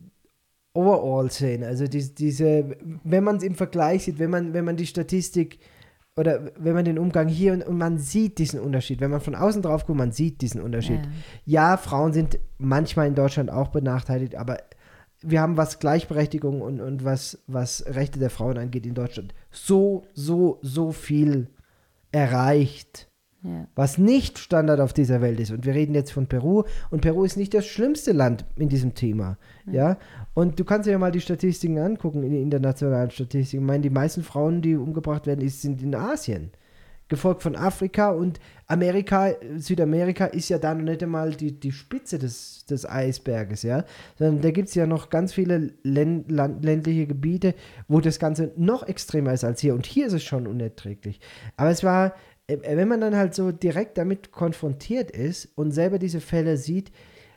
Overall sehen. Also die, diese, wenn man es im Vergleich sieht, wenn man, wenn man die Statistik oder wenn man den Umgang hier und, und man sieht diesen Unterschied, wenn man von außen drauf guckt, man sieht diesen Unterschied. Ja. ja, Frauen sind manchmal in Deutschland auch benachteiligt, aber wir haben, was Gleichberechtigung und, und was, was Rechte der Frauen angeht in Deutschland, so, so, so viel erreicht, ja. was nicht Standard auf dieser Welt ist. Und wir reden jetzt von Peru und Peru ist nicht das schlimmste Land in diesem Thema. Ja. ja? Und du kannst dir ja mal die Statistiken angucken, die internationalen Statistiken. Ich meine, die meisten Frauen, die umgebracht werden, sind in Asien. Gefolgt von Afrika und Amerika, Südamerika ist ja da noch nicht einmal die, die Spitze des, des Eisberges, ja. Sondern da gibt es ja noch ganz viele länd, land, ländliche Gebiete, wo das Ganze noch extremer ist als hier. Und hier ist es schon unerträglich. Aber es war, wenn man dann halt so direkt damit konfrontiert ist und selber diese Fälle sieht,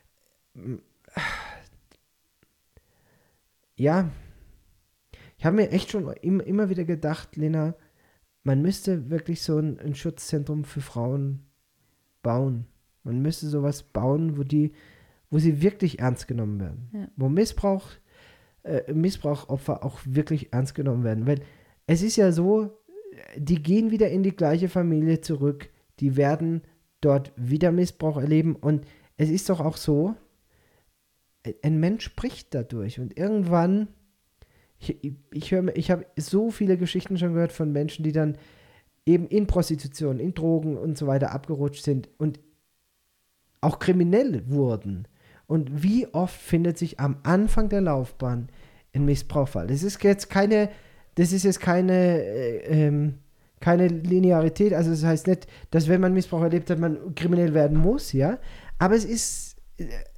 ja, ich habe mir echt schon immer, immer wieder gedacht, Lena, man müsste wirklich so ein, ein Schutzzentrum für Frauen bauen. Man müsste sowas bauen, wo die, wo sie wirklich ernst genommen werden. Ja. Wo Missbrauch, äh, Missbrauchopfer auch wirklich ernst genommen werden. Weil es ist ja so, die gehen wieder in die gleiche Familie zurück, die werden dort wieder Missbrauch erleben und es ist doch auch so, ein Mensch spricht dadurch und irgendwann, ich, ich höre, ich habe so viele Geschichten schon gehört von Menschen, die dann eben in Prostitution, in Drogen und so weiter abgerutscht sind und auch kriminell wurden. Und wie oft findet sich am Anfang der Laufbahn ein Missbrauchfall? Das ist jetzt keine, das ist jetzt keine, äh, ähm, keine Linearität, also das heißt nicht, dass wenn man Missbrauch erlebt hat, man kriminell werden muss, ja, aber es ist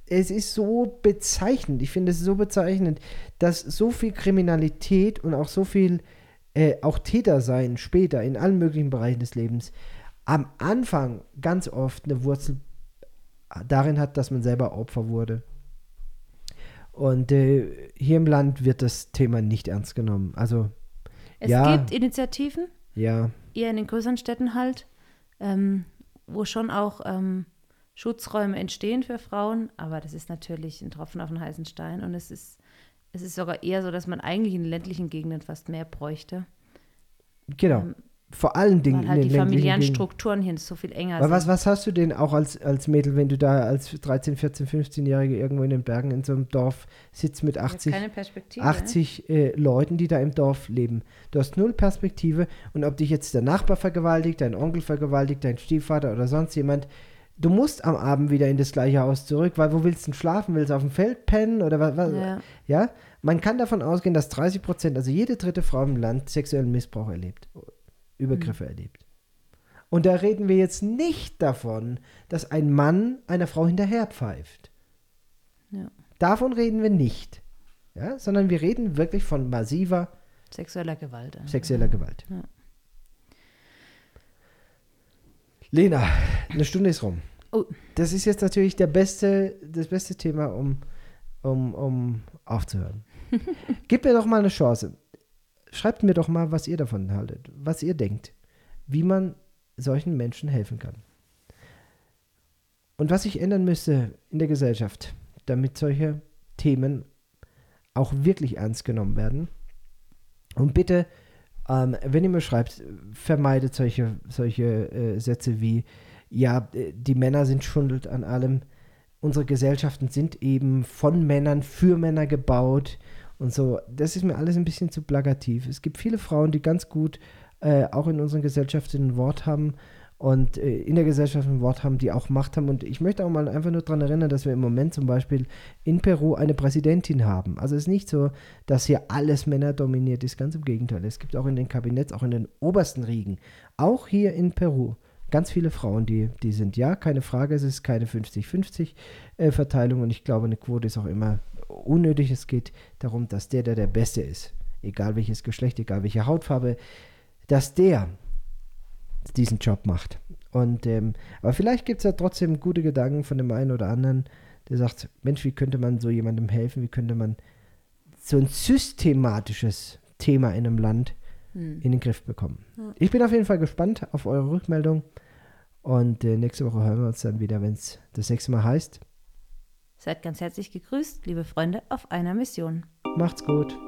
es ist so bezeichnend, ich finde es so bezeichnend, dass so viel Kriminalität und auch so viel, äh, auch Tätersein später in allen möglichen Bereichen des Lebens am Anfang ganz oft eine Wurzel darin hat, dass man selber Opfer wurde. Und äh, hier im Land wird das Thema nicht ernst genommen. Also, Es ja, gibt Initiativen, ja, eher in den größeren Städten halt, ähm, wo schon auch ähm, Schutzräume entstehen für Frauen, aber das ist natürlich ein Tropfen auf den heißen Stein und es ist, es ist sogar eher so, dass man eigentlich in ländlichen Gegenden fast mehr bräuchte. genau. Ähm, Vor allen Dingen weil halt in die den ländlichen familiären Gegenden. Strukturen hier so viel enger Aber was, sind. was hast du denn auch als, als Mädel, wenn du da als dreizehn, vierzehn, fünfzehn-Jährige irgendwo in den Bergen in so einem Dorf sitzt mit achtzig, keine Perspektive. achtzig äh, Leuten, die da im Dorf leben? Du hast null Perspektive und ob dich jetzt der Nachbar vergewaltigt, dein Onkel vergewaltigt, dein Stiefvater oder sonst jemand, du musst am Abend wieder in das gleiche Haus zurück, weil wo willst du denn schlafen? Willst du auf dem Feld pennen oder was? was? Ja. Ja? Man kann davon ausgehen, dass dreißig Prozent, also jede dritte Frau im Land, sexuellen Missbrauch erlebt, Übergriffe Mhm. erlebt. Und da reden wir jetzt nicht davon, dass ein Mann einer Frau hinterherpfeift. Ja. Davon reden wir nicht. Ja? Sondern wir reden wirklich von massiver Sexueller Gewalt. einfach. sexueller Gewalt. Ja. Lena, eine Stunde ist rum. Oh. Das ist jetzt natürlich der beste, das beste Thema, um, um, um aufzuhören. Gib mir doch mal eine Chance. Schreibt mir doch mal, was ihr davon haltet, was ihr denkt, wie man solchen Menschen helfen kann. Und was sich ändern müsste in der Gesellschaft, damit solche Themen auch wirklich ernst genommen werden. Und bitte, ähm, wenn ihr mir schreibt, vermeidet solche, solche äh, Sätze wie, ja, äh, die Männer sind schuld an allem. Unsere Gesellschaften sind eben von Männern für Männer gebaut und so. Das ist mir alles ein bisschen zu plakativ. Es gibt viele Frauen, die ganz gut äh, auch in unseren Gesellschaften ein Wort haben und äh, in der Gesellschaft ein Wort haben, die auch Macht haben. Und ich möchte auch mal einfach nur daran erinnern, dass wir im Moment zum Beispiel in Peru eine Präsidentin haben. Also es ist nicht so, dass hier alles Männer dominiert ist, ganz im Gegenteil. Es gibt auch in den Kabinetts, auch in den obersten Riegen, auch hier in Peru, ganz viele Frauen, die, die sind, ja, keine Frage, es ist keine fünfzig fünfzig äh, Verteilung und ich glaube, eine Quote ist auch immer unnötig. Es geht darum, dass der, der der Beste ist, egal welches Geschlecht, egal welche Hautfarbe, dass der diesen Job macht. Und, ähm, aber vielleicht gibt es ja trotzdem gute Gedanken von dem einen oder anderen, der sagt, Mensch, wie könnte man so jemandem helfen, wie könnte man so ein systematisches Thema in einem Land Hm. in den Griff bekommen. Ja. Ich bin auf jeden Fall gespannt auf eure Rückmeldung und äh, nächste Woche hören wir uns dann wieder, wenn es das nächste Mal heißt. Seid ganz herzlich gegrüßt, liebe Freunde, auf einer Mission. Macht's gut.